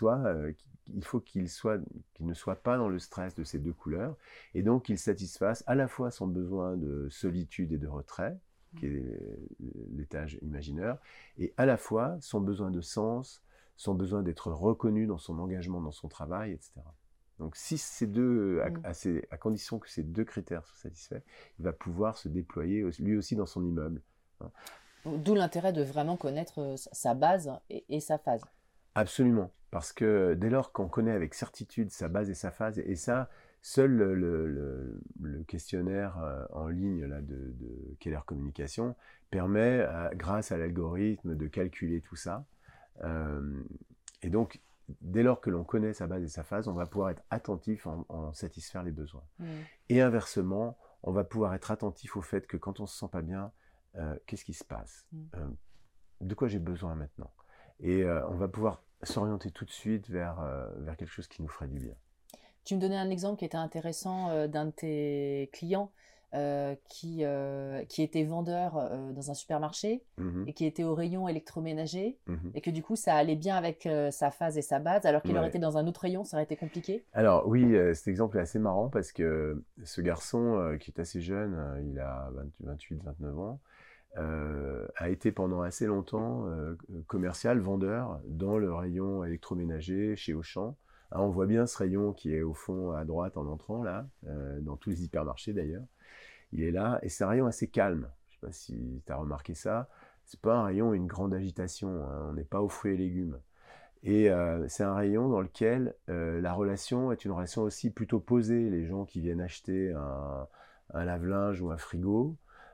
ne soit pas dans le stress de ces 2 couleurs, et donc qu'il satisfasse à la fois son besoin de solitude et de retrait, qui est l'étage imagineur, et à la fois son besoin de sens, son besoin d'être reconnu dans son engagement, dans son travail, etc. Donc si ces deux, à condition que ces 2 critères soient satisfaits, il va pouvoir se déployer lui aussi dans son immeuble. D'où l'intérêt de vraiment connaître sa base et sa phase. Absolument, parce que dès lors qu'on connaît avec certitude sa base et sa phase, et ça, seul le questionnaire en ligne là, de Keller Communication permet, grâce à l'algorithme, de calculer tout ça. Et donc, dès lors que l'on connaît sa base et sa phase, on va pouvoir être attentif en satisfaire les besoins. Et inversement, on va pouvoir être attentif au fait que quand on ne se sent pas bien, qu'est-ce qui se passe? De quoi j'ai besoin maintenant? Et on va pouvoir s'orienter tout de suite vers quelque chose qui nous ferait du bien. Tu me donnais un exemple qui était intéressant d'un de tes clients qui était vendeur dans un supermarché et qui était au rayon électroménager et que du coup ça allait bien avec sa phase et sa base, alors qu'il aurait été dans un autre rayon, ça aurait été compliqué. Alors oui, cet exemple est assez marrant parce que ce garçon qui est assez jeune, il a 28-29 ans, a été pendant assez longtemps commercial, vendeur dans le rayon électroménager chez Auchan. On voit bien ce rayon qui est au fond à droite en entrant là, dans tous les hypermarchés d'ailleurs. Il est là et c'est un rayon assez calme. Je ne sais pas si tu as remarqué ça. C'est pas un rayon une grande agitation. On n'est pas aux fruits et légumes. Et c'est un rayon dans lequel la relation est une relation aussi plutôt posée. Les gens qui viennent acheter un lave-linge ou un frigo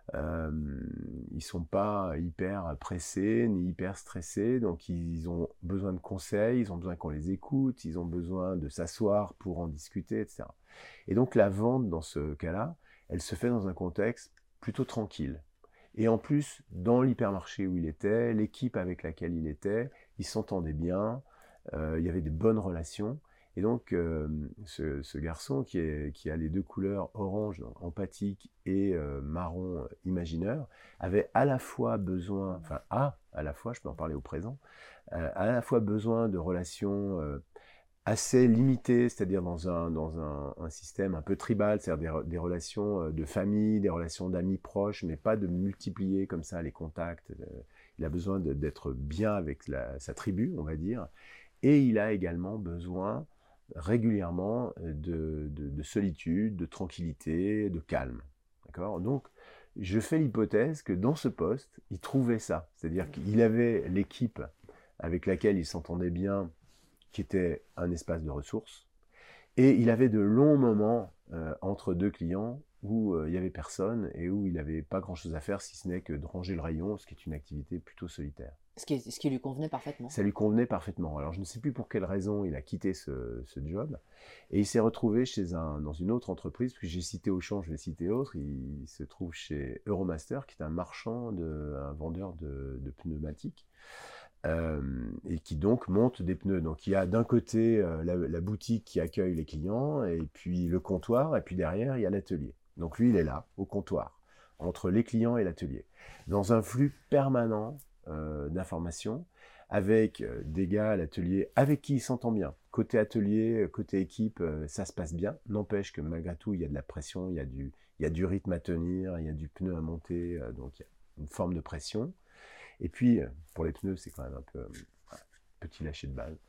Ils sont pas hyper pressés ni hyper stressés, donc ils ont besoin de conseils, ils ont besoin qu'on les écoute, ils ont besoin de s'asseoir pour en discuter, etc. Et donc la vente, dans ce cas-là, elle se fait dans un contexte plutôt tranquille. Et en plus, dans l'hypermarché où il était, l'équipe avec laquelle il était, ils s'entendaient bien, il y avait des bonnes relations. Et donc, ce garçon qui a les deux couleurs orange empathique et marron imagineur avait à la fois besoin, enfin à la fois, je peux en parler au présent, à la fois besoin de relations assez limitées, c'est-à-dire dans un système un peu tribal, c'est-à-dire des relations de famille, des relations d'amis proches, mais pas de multiplier comme ça les contacts. Il a besoin d'être bien avec sa tribu, on va dire. Et il a également besoin régulièrement de solitude, de tranquillité, de calme. D'accord ? Donc, je fais l'hypothèse que dans ce poste, il trouvait ça. C'est-à-dire qu'il avait l'équipe avec laquelle il s'entendait bien, qui était un espace de ressources, et il avait de longs moments entre deux clients où il n'y avait personne et où il n'avait pas grand-chose à faire, si ce n'est que de ranger le rayon, ce qui est une activité plutôt solitaire. Ce qui lui convenait parfaitement. Ça lui convenait parfaitement. Alors je ne sais plus pour quelle raison il a quitté ce job, et il s'est retrouvé dans une autre entreprise, puis j'ai cité Auchan, je vais citer autre, il se trouve chez Euromaster, qui est un un vendeur de pneumatiques, et qui donc monte des pneus. Donc il y a d'un côté la boutique qui accueille les clients, et puis le comptoir, et puis derrière il y a l'atelier. Donc lui il est là, au comptoir, entre les clients et l'atelier, dans un flux permanent d'informations, avec des gars à l'atelier avec qui il s'entend bien. Côté atelier, côté équipe, ça se passe bien. N'empêche que malgré tout, il y a de la pression, il y a du rythme à tenir, il y a du pneu à monter, donc il y a une forme de pression. Et puis, pour les pneus, c'est quand même un peu petit lâcher de balle.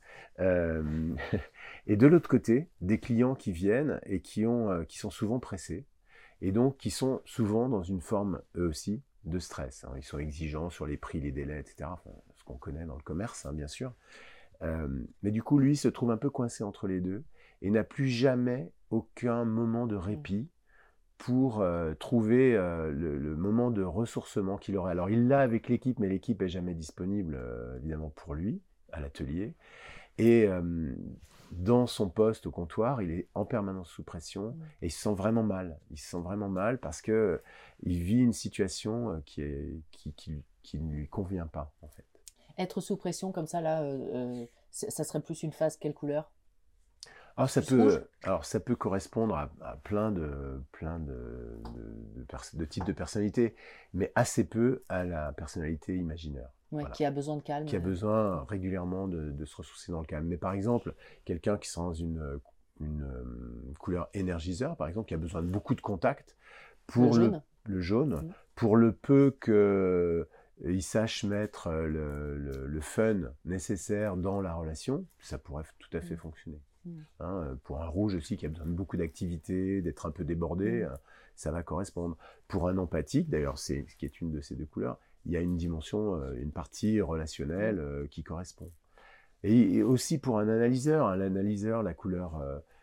Et de l'autre côté, des clients qui viennent et qui sont souvent pressés, et donc qui sont souvent dans une forme, eux aussi, de stress. Ils sont exigeants sur les prix, les délais, etc. Enfin, ce qu'on connaît dans le commerce, bien sûr. Mais du coup, lui se trouve un peu coincé entre les deux et n'a plus jamais aucun moment de répit pour trouver le moment de ressourcement qu'il aurait. Alors, il l'a avec l'équipe, mais l'équipe n'est jamais disponible, évidemment, pour lui, à l'atelier. Et dans son poste au comptoir, il est en permanence sous pression et il se sent vraiment mal. Il se sent vraiment mal parce qu'il vit une situation qui ne lui convient pas, en fait. Être sous pression comme ça, là, ça serait plus une phase quelle couleur ? Ça peut correspondre à plein de types de personnalités, mais assez peu à la personnalité imaginaire. Ouais, Voilà. Qui a besoin de calme. Qui a besoin régulièrement de se ressourcer dans le calme. Mais par exemple, quelqu'un qui sent dans une couleur énergiseur, par exemple, qui a besoin de beaucoup de contact, pour le jaune, pour le peu qu'il sache mettre le fun nécessaire dans la relation, ça pourrait tout à fait fonctionner. Pour un rouge aussi qui a besoin de beaucoup d'activité, d'être un peu débordé, ça va correspondre. Pour un empathique, d'ailleurs, ce qui est une de ces deux couleurs, il y a une dimension, une partie relationnelle qui correspond. Et aussi pour un analyseur, la couleur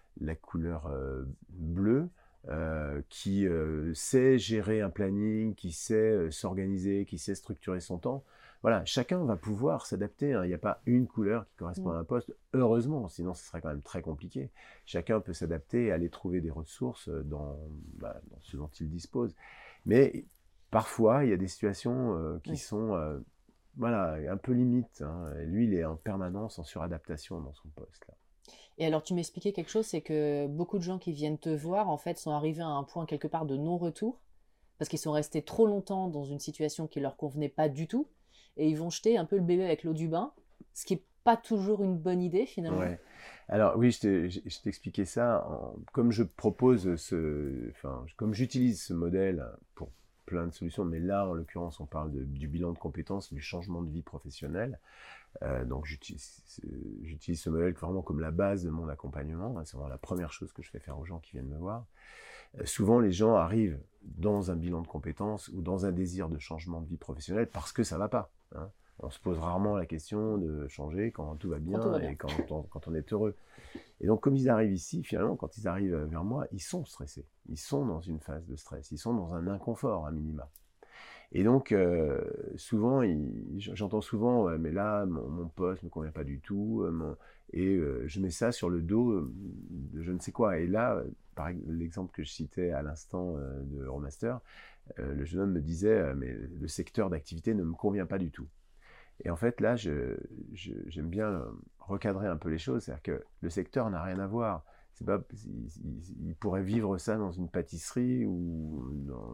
bleue, qui sait gérer un planning, qui sait s'organiser, qui sait structurer son temps. Voilà, chacun va pouvoir s'adapter. Il n'y a pas une couleur qui correspond à un poste, heureusement, sinon ce serait quand même très compliqué. Chacun peut s'adapter et aller trouver des ressources dans ce dont il dispose. Mais parfois, il y a des situations qui sont un peu limites. Et lui, il est en permanence en suradaptation dans son poste, là. Et alors, tu m'expliquais quelque chose, c'est que beaucoup de gens qui viennent te voir, en fait, sont arrivés à un point quelque part de non-retour, parce qu'ils sont restés trop longtemps dans une situation qui ne leur convenait pas du tout, et ils vont jeter un peu le bébé avec l'eau du bain, ce qui n'est pas toujours une bonne idée, finalement. Ouais. Alors oui, je t'expliquais ça, comme je propose comme j'utilise ce modèle pour plein de solutions, mais là, en l'occurrence, on parle du bilan de compétences, du changement de vie professionnelle. Donc j'utilise ce modèle vraiment comme la base de mon accompagnement. C'est vraiment la première chose que je fais faire aux gens qui viennent me voir. Souvent, les gens arrivent dans un bilan de compétences ou dans un désir de changement de vie professionnelle parce que ça ne va pas. On se pose rarement la question de changer quand tout va bien et quand on est heureux. Et donc, comme ils arrivent ici, finalement, quand ils arrivent vers moi, ils sont stressés. Ils sont dans une phase de stress. Ils sont dans un inconfort, à minima. Et donc, souvent, j'entends souvent, ouais, mais là, mon poste ne me convient pas du tout, je mets ça sur le dos de je ne sais quoi. Et là, par l'exemple que je citais à l'instant de Romaster, le jeune homme me disait, mais le secteur d'activité ne me convient pas du tout. Et en fait, là, j'aime bien recadrer un peu les choses, c'est-à-dire que le secteur n'a rien à voir. C'est pas, il pourrait vivre ça dans une pâtisserie ou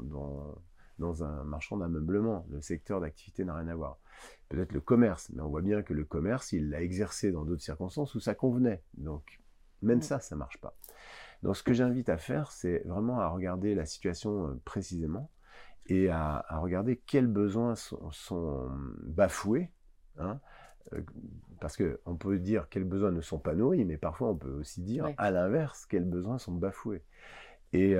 dans un marchand d'ameublement. Le secteur d'activité n'a rien à voir. Peut-être le commerce, mais on voit bien que le commerce, il l'a exercé dans d'autres circonstances où ça convenait. Donc, même ça ne marche pas. Donc, ce que j'invite à faire, c'est vraiment à regarder la situation précisément et à regarder quels besoins sont bafoués. Hein, parce qu'on peut dire quels besoins ne sont pas nourris, mais parfois on peut aussi dire à l'inverse quels besoins sont bafoués. Et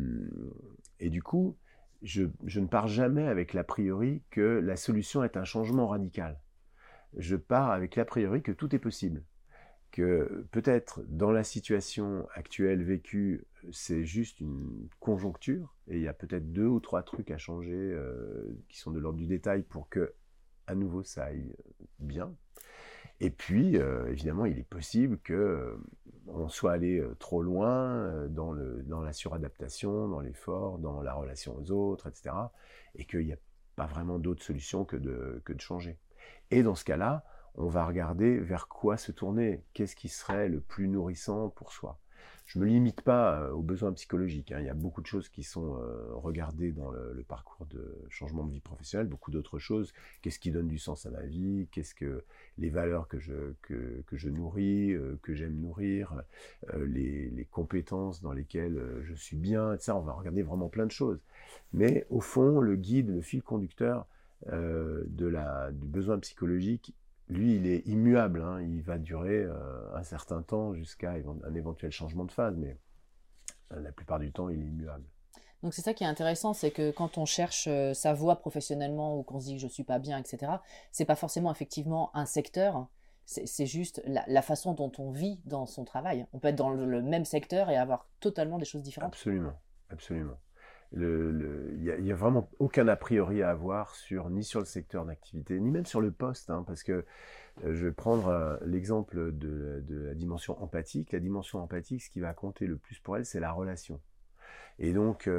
du coup, je ne pars jamais avec l'a priori que la solution est un changement radical. Je pars avec l'a priori que tout est possible. Que peut-être dans la situation actuelle vécue, c'est juste une conjoncture, et il y a peut-être 2 ou 3 trucs à changer qui sont de l'ordre du détail pour que, à nouveau, ça aille bien. Et puis, évidemment, il est possible qu'on soit allé trop loin dans la suradaptation, dans l'effort, dans la relation aux autres, etc. Et qu'il n'y a pas vraiment d'autre solution que de changer. Et dans ce cas-là, on va regarder vers quoi se tourner, qu'est-ce qui serait le plus nourrissant pour soi. Je ne me limite pas aux besoins psychologiques, hein. Il y a beaucoup de choses qui sont regardées dans le parcours de changement de vie professionnelle, beaucoup d'autres choses. Qu'est-ce qui donne du sens à ma vie, qu'est-ce que les valeurs que je nourris, que j'aime nourrir, les compétences dans lesquelles je suis bien, etc. On va regarder vraiment plein de choses. Mais au fond, le guide, le fil conducteur du besoin psychologique, lui, il est immuable, hein. Il va durer un certain temps jusqu'à un éventuel changement de phase, mais la plupart du temps, il est immuable. Donc c'est ça qui est intéressant, c'est que quand on cherche sa voie professionnellement ou qu'on se dit que je ne suis pas bien, etc., c'est pas forcément effectivement un secteur, c'est juste la façon dont on vit dans son travail. On peut être dans le même secteur et avoir totalement des choses différentes. Absolument, absolument. Il y a vraiment aucun a priori à avoir ni sur le secteur d'activité, ni même sur le poste, hein, parce que je vais prendre l'exemple de la dimension empathique. La dimension empathique, ce qui va compter le plus pour elle, c'est la relation. Et donc,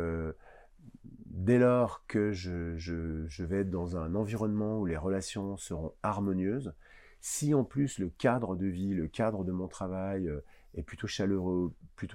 dès lors que je vais être dans un environnement où les relations seront harmonieuses, si en plus le cadre de vie, le cadre de mon travail est plutôt chaleureux,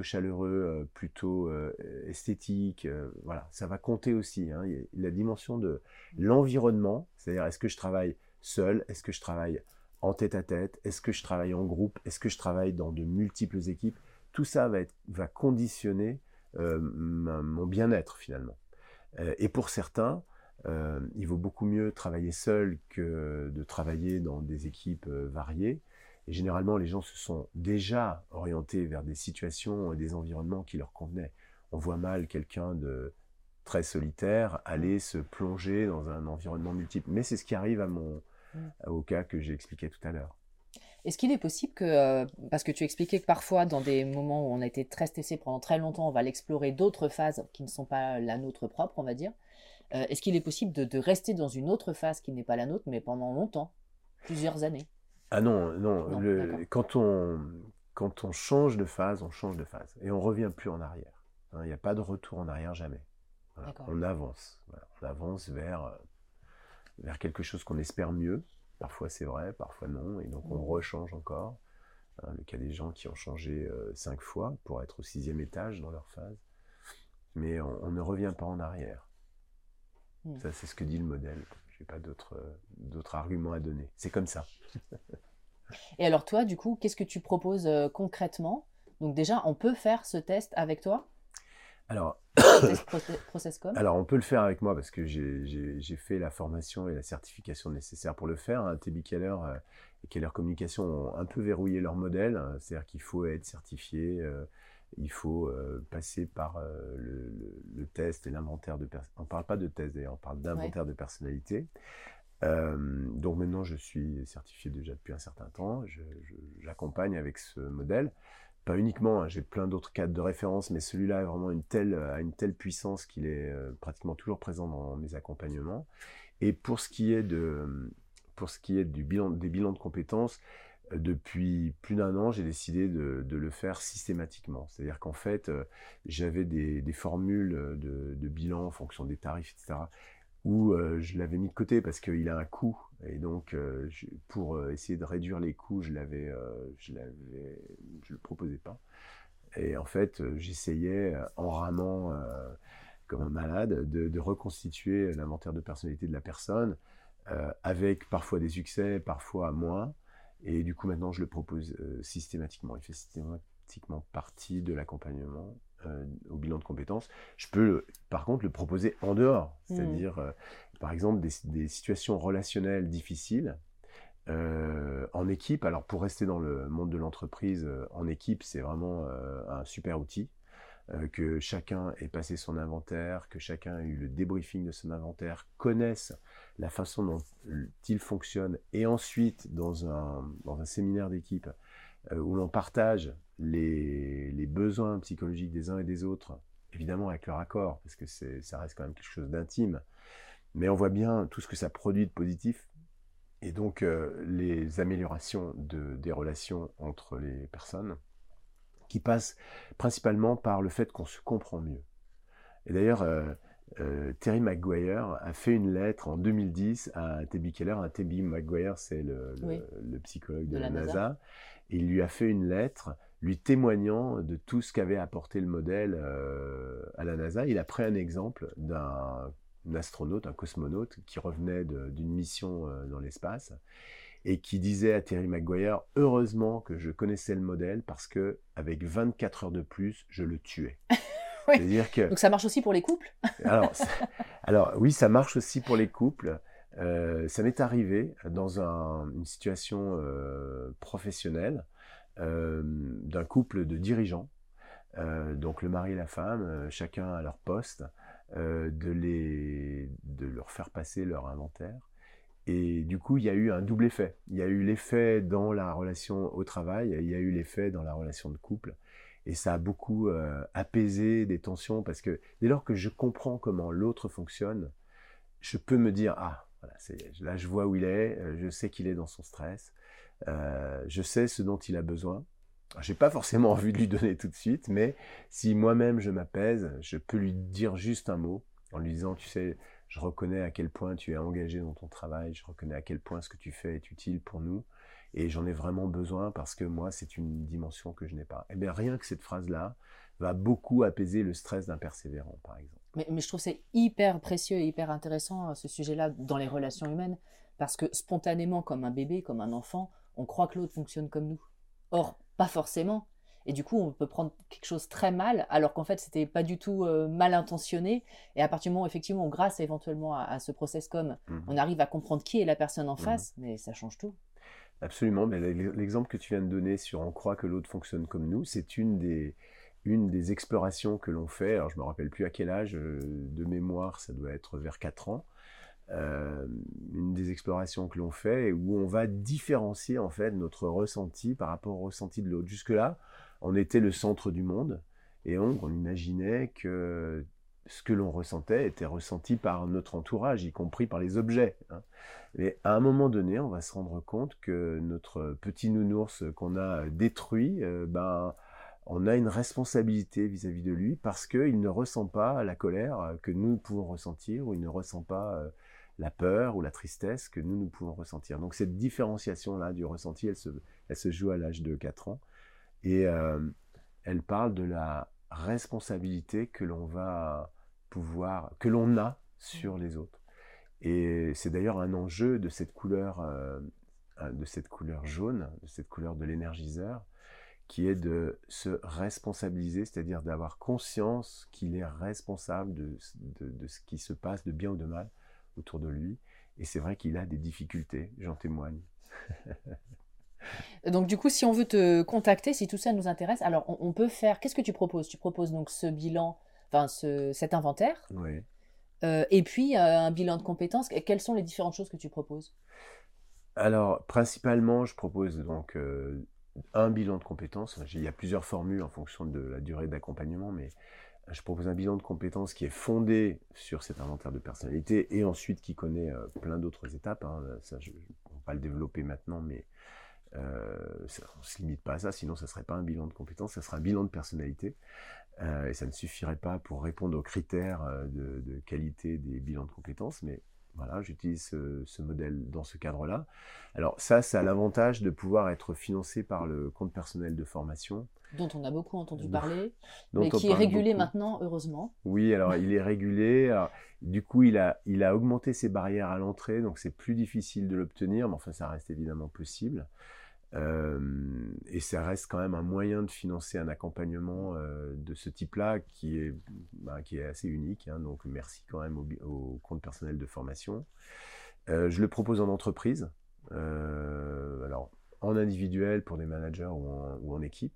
plutôt esthétique, voilà, ça va compter aussi, hein. La dimension de l'environnement, c'est-à-dire est-ce que je travaille seul, est-ce que je travaille en tête-à-tête, est-ce que je travaille en groupe, est-ce que je travaille dans de multiples équipes, tout ça va conditionner mon bien-être finalement. Et pour certains, il vaut beaucoup mieux travailler seul que de travailler dans des équipes variées. Et généralement, les gens se sont déjà orientés vers des situations et des environnements qui leur convenaient. On voit mal quelqu'un de très solitaire aller se plonger dans un environnement multiple. Mais c'est ce qui arrive au cas que j'ai expliqué tout à l'heure. Est-ce qu'il est possible que, parce que tu expliquais que parfois, dans des moments où on a été très stressé pendant très longtemps, on va l'explorer d'autres phases qui ne sont pas la nôtre propre, on va dire. Est-ce qu'il est possible de rester dans une autre phase qui n'est pas la nôtre, mais pendant longtemps, plusieurs années? Ah non. Quand on change de phase, on change de phase. Et on ne revient plus en arrière. Hein, il n'y a pas de retour en arrière, jamais. Voilà, on avance. Voilà, on avance vers quelque chose qu'on espère mieux. Parfois c'est vrai, parfois non. Et donc on rechange encore. Hein, le cas des gens qui ont changé 5 fois pour être au 6e étage dans leur phase. Mais on ne revient pas en arrière. Ça, c'est ce que dit le modèle. Je n'ai pas d'autres arguments à donner. C'est comme ça. Et alors toi, du coup, qu'est-ce que tu proposes concrètement? Donc déjà, on peut faire ce test avec toi? Alors, Processcom. Alors, on peut le faire avec moi parce que j'ai fait la formation et la certification nécessaires pour le faire. Hein. TB Keller et Keller Communication ont un peu verrouillé leur modèle. Hein. C'est-à-dire qu'il faut être certifié, il faut passer par le test et l'inventaire de personnalité. On ne parle pas de test d'ailleurs, on parle d'inventaire de personnalité. Donc maintenant, je suis certifié déjà depuis un certain temps. J'accompagne avec ce modèle. Pas uniquement, hein, j'ai plein d'autres cadres de référence, mais celui-là a vraiment a une telle puissance qu'il est pratiquement toujours présent dans mes accompagnements. Et pour ce qui est des bilans de compétences, depuis plus d'1 an, j'ai décidé de le faire systématiquement. C'est-à-dire qu'en fait, j'avais des formules de bilan en fonction des tarifs, etc., où je l'avais mis de côté parce qu'il a un coût. Et donc, pour essayer de réduire les coûts, je le proposais pas. Et en fait, j'essayais, en ramant comme un malade, de reconstituer l'inventaire de personnalité de la personne, avec parfois des succès, parfois moins. Et du coup, maintenant, je le propose systématiquement. Il fait systématiquement partie de l'accompagnement au bilan de compétences. Je peux, par contre, le proposer en dehors. C'est-à-dire, par exemple, des situations relationnelles difficiles en équipe. Alors, pour rester dans le monde de l'entreprise, en équipe, c'est vraiment un super outil. Que chacun ait passé son inventaire, que chacun ait eu le débriefing de son inventaire, connaisse la façon dont il fonctionne, et ensuite, dans un séminaire d'équipe, où l'on partage les besoins psychologiques des uns et des autres, évidemment avec leur accord, parce que ça reste quand même quelque chose d'intime, mais on voit bien tout ce que ça produit de positif, et donc les améliorations des relations entre les personnes, qui passe principalement par le fait qu'on se comprend mieux. Et d'ailleurs, Terry McGuire a fait une lettre en 2010 à T.B. Keller. T.B. McGuire, c'est le psychologue de la NASA. Et il lui a fait une lettre lui témoignant de tout ce qu'avait apporté le modèle à la NASA. Il a pris un exemple d'un astronaute, un cosmonaute, qui revenait d'une mission dans l'espace, et qui disait à Terry McGuire « Heureusement que je connaissais le modèle parce que avec 24 heures de plus, je le tuais. » Oui. C'est-à-dire que... Donc ça marche aussi pour les couples? alors oui, ça marche aussi pour les couples. Ça m'est arrivé dans une situation professionnelle d'un couple de dirigeants, donc le mari et la femme, chacun à leur poste, de leur faire passer leur inventaire. Et du coup, il y a eu un double effet. Il y a eu l'effet dans la relation au travail, et il y a eu l'effet dans la relation de couple. Et ça a beaucoup apaisé des tensions, parce que dès lors que je comprends comment l'autre fonctionne, je peux me dire « Ah, voilà, là je vois où il est, je sais qu'il est dans son stress, je sais ce dont il a besoin. » Je n'ai pas forcément envie de lui donner tout de suite, mais si moi-même je m'apaise, je peux lui dire juste un mot, en lui disant « Tu sais, je reconnais à quel point tu es engagé dans ton travail, je reconnais à quel point ce que tu fais est utile pour nous, et j'en ai vraiment besoin parce que moi, c'est une dimension que je n'ai pas. » Eh bien, rien que cette phrase-là va beaucoup apaiser le stress d'un persévérant, par exemple. Mais je trouve que c'est hyper précieux et hyper intéressant, ce sujet-là, dans les relations humaines, parce que spontanément, comme un bébé, comme un enfant, on croit que l'autre fonctionne comme nous. Or, pas forcément. Et du coup, on peut prendre quelque chose très mal, alors qu'en fait, c'était pas du tout mal intentionné. Et à partir du moment où, effectivement, grâce éventuellement à ce process on arrive à comprendre qui est la personne en face, mais ça change tout. Absolument. Mais l'exemple que tu viens de donner sur « on croit que l'autre fonctionne comme nous », c'est une des explorations que l'on fait. Alors, je me rappelle plus à quel âge, de mémoire, ça doit être vers 4 ans. Une des explorations que l'on fait, où on va différencier en fait notre ressenti par rapport au ressenti de l'autre. Jusque-là, on était le centre du monde, et on imaginait que ce que l'on ressentait était ressenti par notre entourage, y compris par les objets. Mais à un moment donné, on va se rendre compte que notre petit nounours qu'on a détruit, on a une responsabilité vis-à-vis de lui, parce qu'il ne ressent pas la colère que nous pouvons ressentir, ou il ne ressent pas la peur ou la tristesse que nous pouvons ressentir. Donc cette différenciation-là du ressenti, elle se joue à l'âge de 4 ans. Et elle parle de la responsabilité que l'on a sur les autres. Et c'est d'ailleurs un enjeu de cette couleur jaune, de cette couleur de l'énergiseur, qui est de se responsabiliser, c'est-à-dire d'avoir conscience qu'il est responsable de ce qui se passe de bien ou de mal autour de lui. Et c'est vrai qu'il a des difficultés, j'en témoigne. Donc du coup, si on veut te contacter, si tout ça nous intéresse, alors on peut faire... Qu'est-ce que tu proposes? Tu proposes donc ce bilan, cet inventaire. Oui. Et puis, un bilan de compétences. Quelles sont les différentes choses que tu proposes? Alors, principalement, je propose donc un bilan de compétences. Il y a plusieurs formules en fonction de la durée d'accompagnement, mais je propose un bilan de compétences qui est fondé sur cet inventaire de personnalité et ensuite qui connaît plein d'autres étapes. Hein. Ça, on va pas le développer maintenant, mais on ne se limite pas à ça, sinon ça ne serait pas un bilan de compétences, ça serait un bilan de personnalité. Et ça ne suffirait pas pour répondre aux critères de qualité des bilans de compétences, mais voilà, j'utilise ce modèle dans ce cadre-là. Alors ça a l'avantage de pouvoir être financé par le compte personnel de formation. Dont on a beaucoup entendu parler, dont mais on qui est parle régulé beaucoup. maintenant, heureusement. Oui, alors il est régulé. Alors, du coup, il a augmenté ses barrières à l'entrée, donc c'est plus difficile de l'obtenir, mais enfin ça reste évidemment possible. Et ça reste quand même un moyen de financer un accompagnement de ce type-là qui est assez unique. Hein, donc merci quand même au compte personnel de formation. Je le propose en entreprise, alors en individuel pour des managers ou en équipe.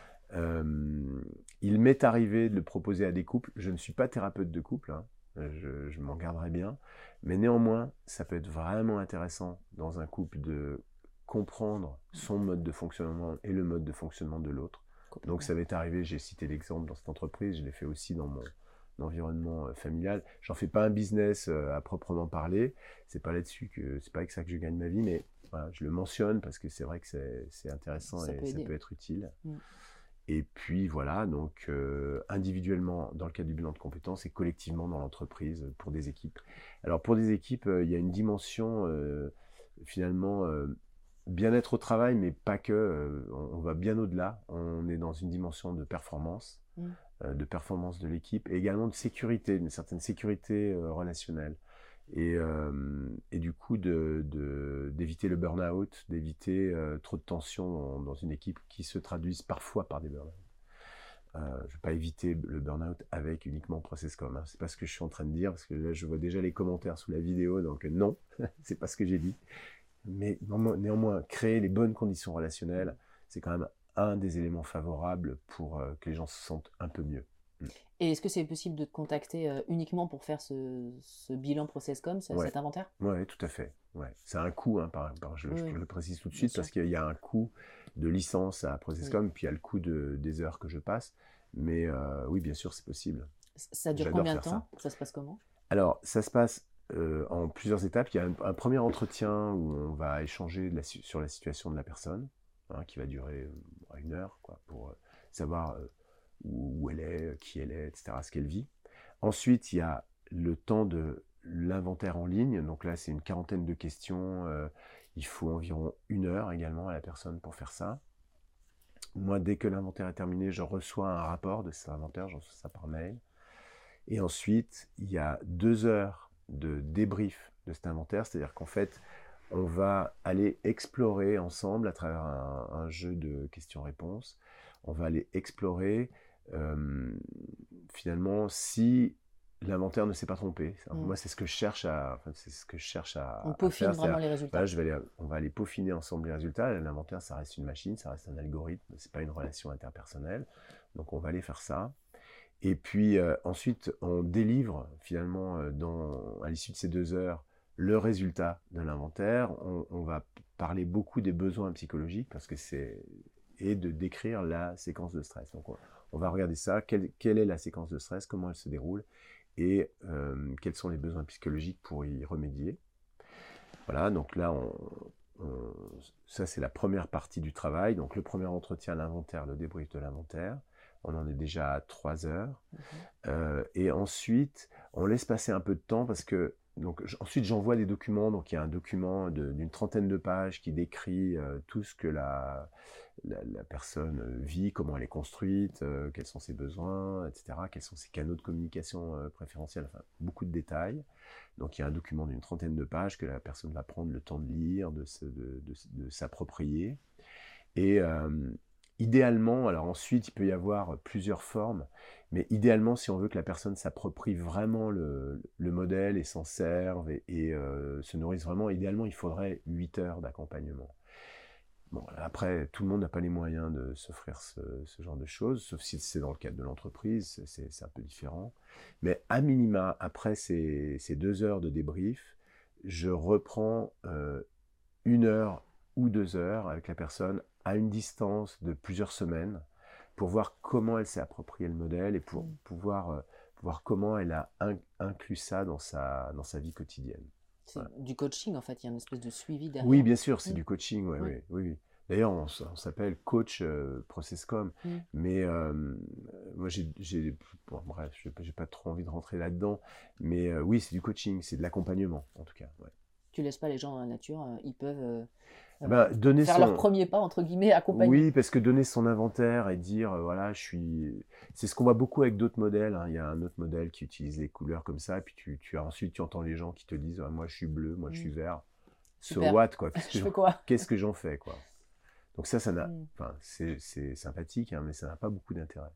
Il m'est arrivé de le proposer à des couples. Je ne suis pas thérapeute de couple, hein, je m'en garderai bien, mais néanmoins, ça peut être vraiment intéressant dans un couple de comprendre son mode de fonctionnement et le mode de fonctionnement de l'autre. Donc ça m'est arrivé, j'ai cité l'exemple dans cette entreprise, je l'ai fait aussi dans mon environnement familial. J'en fais pas un business à proprement parler, c'est pas avec ça que je gagne ma vie, mais voilà, je le mentionne parce que c'est vrai que c'est intéressant et ça peut être utile. Et puis voilà, donc individuellement dans le cadre du bilan de compétences et collectivement dans l'entreprise pour des équipes. Alors pour des équipes, il y a une dimension finalement bien-être au travail, mais pas que, on va bien au-delà. On est dans une dimension de performance de l'équipe, et également de sécurité, une certaine sécurité relationnelle. Et du coup, d'éviter le burn-out, d'éviter trop de tensions dans une équipe qui se traduisent parfois par des burn-out. Je ne vais pas éviter le burn-out avec uniquement Processcom. Hein. C'est pas ce que je suis en train de dire, parce que là, je vois déjà les commentaires sous la vidéo, donc non, c'est pas ce que j'ai dit. Mais néanmoins, créer les bonnes conditions relationnelles, c'est quand même un des éléments favorables pour que les gens se sentent un peu mieux. Et est-ce que c'est possible de te contacter uniquement pour faire ce bilan Processcom, cet inventaire? Oui, tout à fait. Ouais. C'est un coût, hein, je le précise tout de suite, parce qu'il y a un coût de licence à Processcom, puis il y a le coût des heures que je passe. Mais oui, bien sûr, c'est possible. Ça dure combien de temps? Ça se passe comment? Alors, ça se passe en plusieurs étapes. Il y a un premier entretien où on va échanger sur la situation de la personne, hein, qui va durer 1 heure, quoi, pour savoir où elle est, qui elle est, etc., ce qu'elle vit. Ensuite, il y a le temps de l'inventaire en ligne. Donc là, c'est une quarantaine de questions. Il faut environ 1 heure également à la personne pour faire ça. Moi, dès que l'inventaire est terminé, je reçois un rapport de cet inventaire, je reçois ça par mail. Et ensuite, il y a 2 heures de débrief de cet inventaire, c'est-à-dire qu'en fait, on va aller explorer ensemble à travers un jeu de questions-réponses. On va aller explorer finalement si l'inventaire ne s'est pas trompé. Moi, c'est ce que je cherche à On peaufine faire, vraiment les résultats. On va aller peaufiner ensemble les résultats. L'inventaire, ça reste une machine, ça reste un algorithme, c'est pas une relation interpersonnelle. Donc, on va aller faire ça. Et puis ensuite, on délivre finalement à l'issue de ces 2 heures le résultat de l'inventaire. On va parler beaucoup des besoins psychologiques parce que et de décrire la séquence de stress. Donc on va regarder ça, quelle est la séquence de stress, comment elle se déroule et quels sont les besoins psychologiques pour y remédier. Voilà, donc là, ça c'est la première partie du travail. Donc le premier entretien, l'inventaire, le débrief de l'inventaire. On en est déjà à 3 heures. Et ensuite, on laisse passer un peu de temps parce que ensuite j'envoie des documents. Donc il y a un document d'une 30aine de pages qui décrit tout ce que la personne vit, comment elle est construite, quels sont ses besoins, etc. Quels sont ses canaux de communication préférentiels, enfin beaucoup de détails. Donc il y a un document d'une 30aine de pages que la personne va prendre le temps de lire, de s'approprier. Et idéalement, alors ensuite, il peut y avoir plusieurs formes, mais idéalement, si on veut que la personne s'approprie vraiment le modèle et s'en serve et se nourrisse vraiment, idéalement, il faudrait 8 heures d'accompagnement. Bon, après, tout le monde n'a pas les moyens de s'offrir ce genre de choses, sauf si c'est dans le cadre de l'entreprise, c'est un peu différent. Mais à minima, après ces 2 heures de débrief, je reprends 1 heure ou 2 heures avec la personne à une distance de plusieurs semaines pour voir comment elle s'est approprié le modèle et pour pouvoir voir comment elle a inclus ça dans sa vie quotidienne. C'est du coaching, en fait, il y a une espèce de suivi derrière. Oui, bien sûr, c'est du coaching, oui. D'ailleurs, on s'appelle coach ProcessCom, mais moi, bon, bref, j'ai pas trop envie de rentrer là-dedans, mais oui, c'est du coaching, c'est de l'accompagnement, en tout cas. Ouais. Tu laisses pas les gens dans la nature, ils peuvent faire leur premier pas, entre guillemets, accompagner. Oui, parce que donner son inventaire et dire, voilà, c'est ce qu'on voit beaucoup avec d'autres modèles, hein. Il y a un autre modèle qui utilise les couleurs comme ça, et puis ensuite tu entends les gens qui te disent, moi je suis bleu, moi je suis vert. So what, quoi. Qu'est-ce que j'en fais, quoi. Donc ça n'a, enfin, c'est sympathique, hein, mais ça n'a pas beaucoup d'intérêt.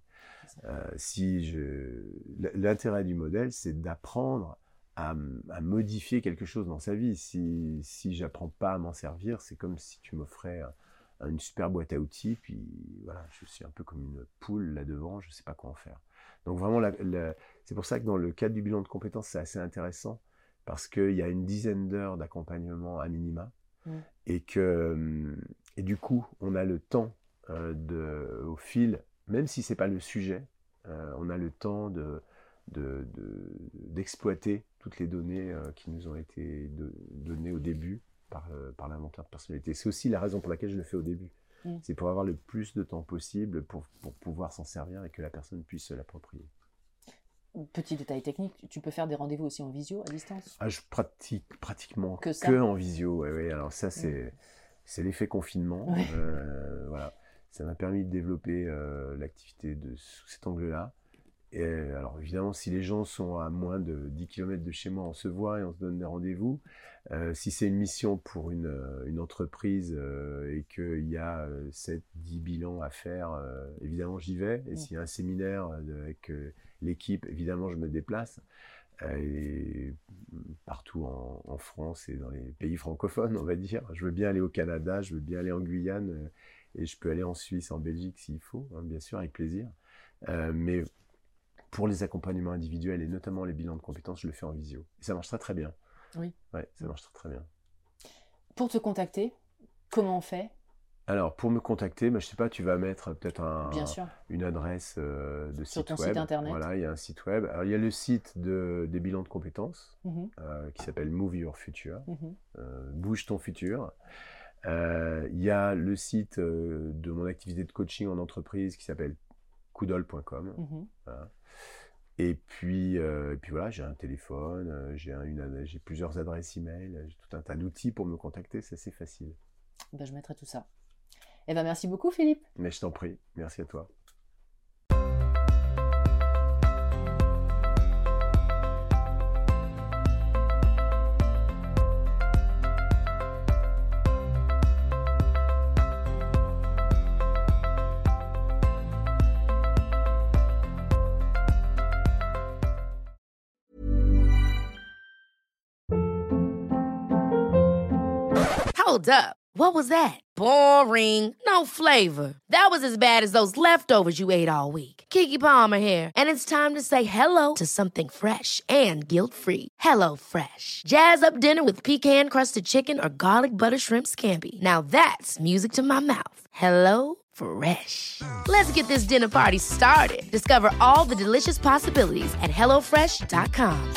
L'intérêt du modèle, c'est d'apprendre à modifier quelque chose dans sa vie. Si j'apprends pas à m'en servir, c'est comme si tu m'offrais une super boîte à outils, puis voilà, je suis un peu comme une poule là devant, je sais pas quoi en faire. Donc vraiment, c'est pour ça que dans le cadre du bilan de compétences, c'est assez intéressant, parce qu'il y a une dizaine d'heures d'accompagnement à minima, et du coup, on a le temps au fil, même si c'est pas le sujet, on a le temps d'exploiter toutes les données qui nous ont été données au début par l'inventeur de personnalité. C'est aussi la raison pour laquelle je le fais au début. C'est pour avoir le plus de temps possible pour pouvoir s'en servir et que la personne puisse se l'approprier. Petit détail technique, tu peux faire des rendez-vous aussi en visio, à distance ? Je pratique pratiquement que en visio. Ouais. Alors ça, c'est l'effet confinement. Ouais. Voilà. Ça m'a permis de développer l'activité sous cet angle-là. Et alors évidemment, si les gens sont à moins de 10 km de chez moi, on se voit et on se donne des rendez-vous. Si c'est une mission pour une entreprise et qu'il y a 7-10 bilans à faire, évidemment j'y vais. Et s'il y a un séminaire avec l'équipe, évidemment je me déplace. Et partout en France et dans les pays francophones, on va dire. Je veux bien aller au Canada, je veux bien aller en Guyane et je peux aller en Suisse, en Belgique s'il faut, hein, bien sûr, avec plaisir. Mais pour les accompagnements individuels et notamment les bilans de compétences, je le fais en visio. Et ça marche très très bien. Oui. Ouais, ça marche très très bien. Pour te contacter, comment on fait ? Alors, pour me contacter, je sais pas, tu vas mettre peut-être une adresse de sur site ton web. Site internet. Voilà, il y a un site web. Alors, il y a le site des bilans de compétences qui s'appelle Move Your Future. Bouge ton futur. Il y a le site de mon activité de coaching en entreprise qui s'appelle coudol.com. Voilà. Et puis voilà, j'ai un téléphone, j'ai plusieurs adresses email, j'ai tout un tas d'outils pour me contacter, c'est assez facile. Je mettrai tout ça. Merci beaucoup, Philippe. Mais je t'en prie, merci à toi. Hold up. What was that? Boring. No flavor. That was as bad as those leftovers you ate all week. Keke Palmer here, and it's time to say hello to something fresh and guilt-free. Hello Fresh. Jazz up dinner with pecan-crusted chicken or garlic butter shrimp scampi. Now that's music to my mouth. Hello Fresh. Let's get this dinner party started. Discover all the delicious possibilities at hellofresh.com.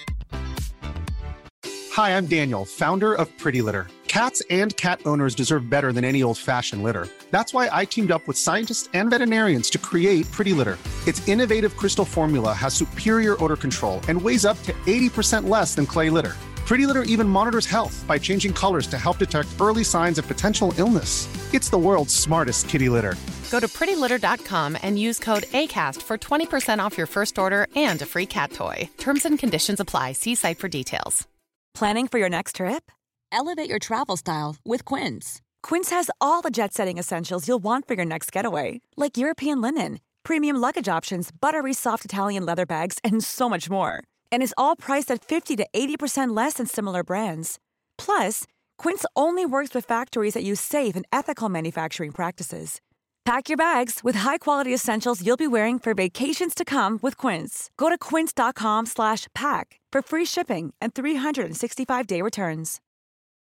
Hi, I'm Daniel, founder of Pretty Litter. Cats and cat owners deserve better than any old-fashioned litter. That's why I teamed up with scientists and veterinarians to create Pretty Litter. Its innovative crystal formula has superior odor control and weighs up to 80% less than clay litter. Pretty Litter even monitors health by changing colors to help detect early signs of potential illness. It's the world's smartest kitty litter. Go to prettylitter.com and use code ACAST for 20% off your first order and a free cat toy. Terms and conditions apply. See site for details. Planning for your next trip? Elevate your travel style with Quince. Quince has all the jet-setting essentials you'll want for your next getaway, like European linen, premium luggage options, buttery soft Italian leather bags, and so much more. And is all priced at 50 to 80% less than similar brands. Plus, Quince only works with factories that use safe and ethical manufacturing practices. Pack your bags with high-quality essentials you'll be wearing for vacations to come with Quince. Go to quince.com/pack for free shipping and 365-day returns.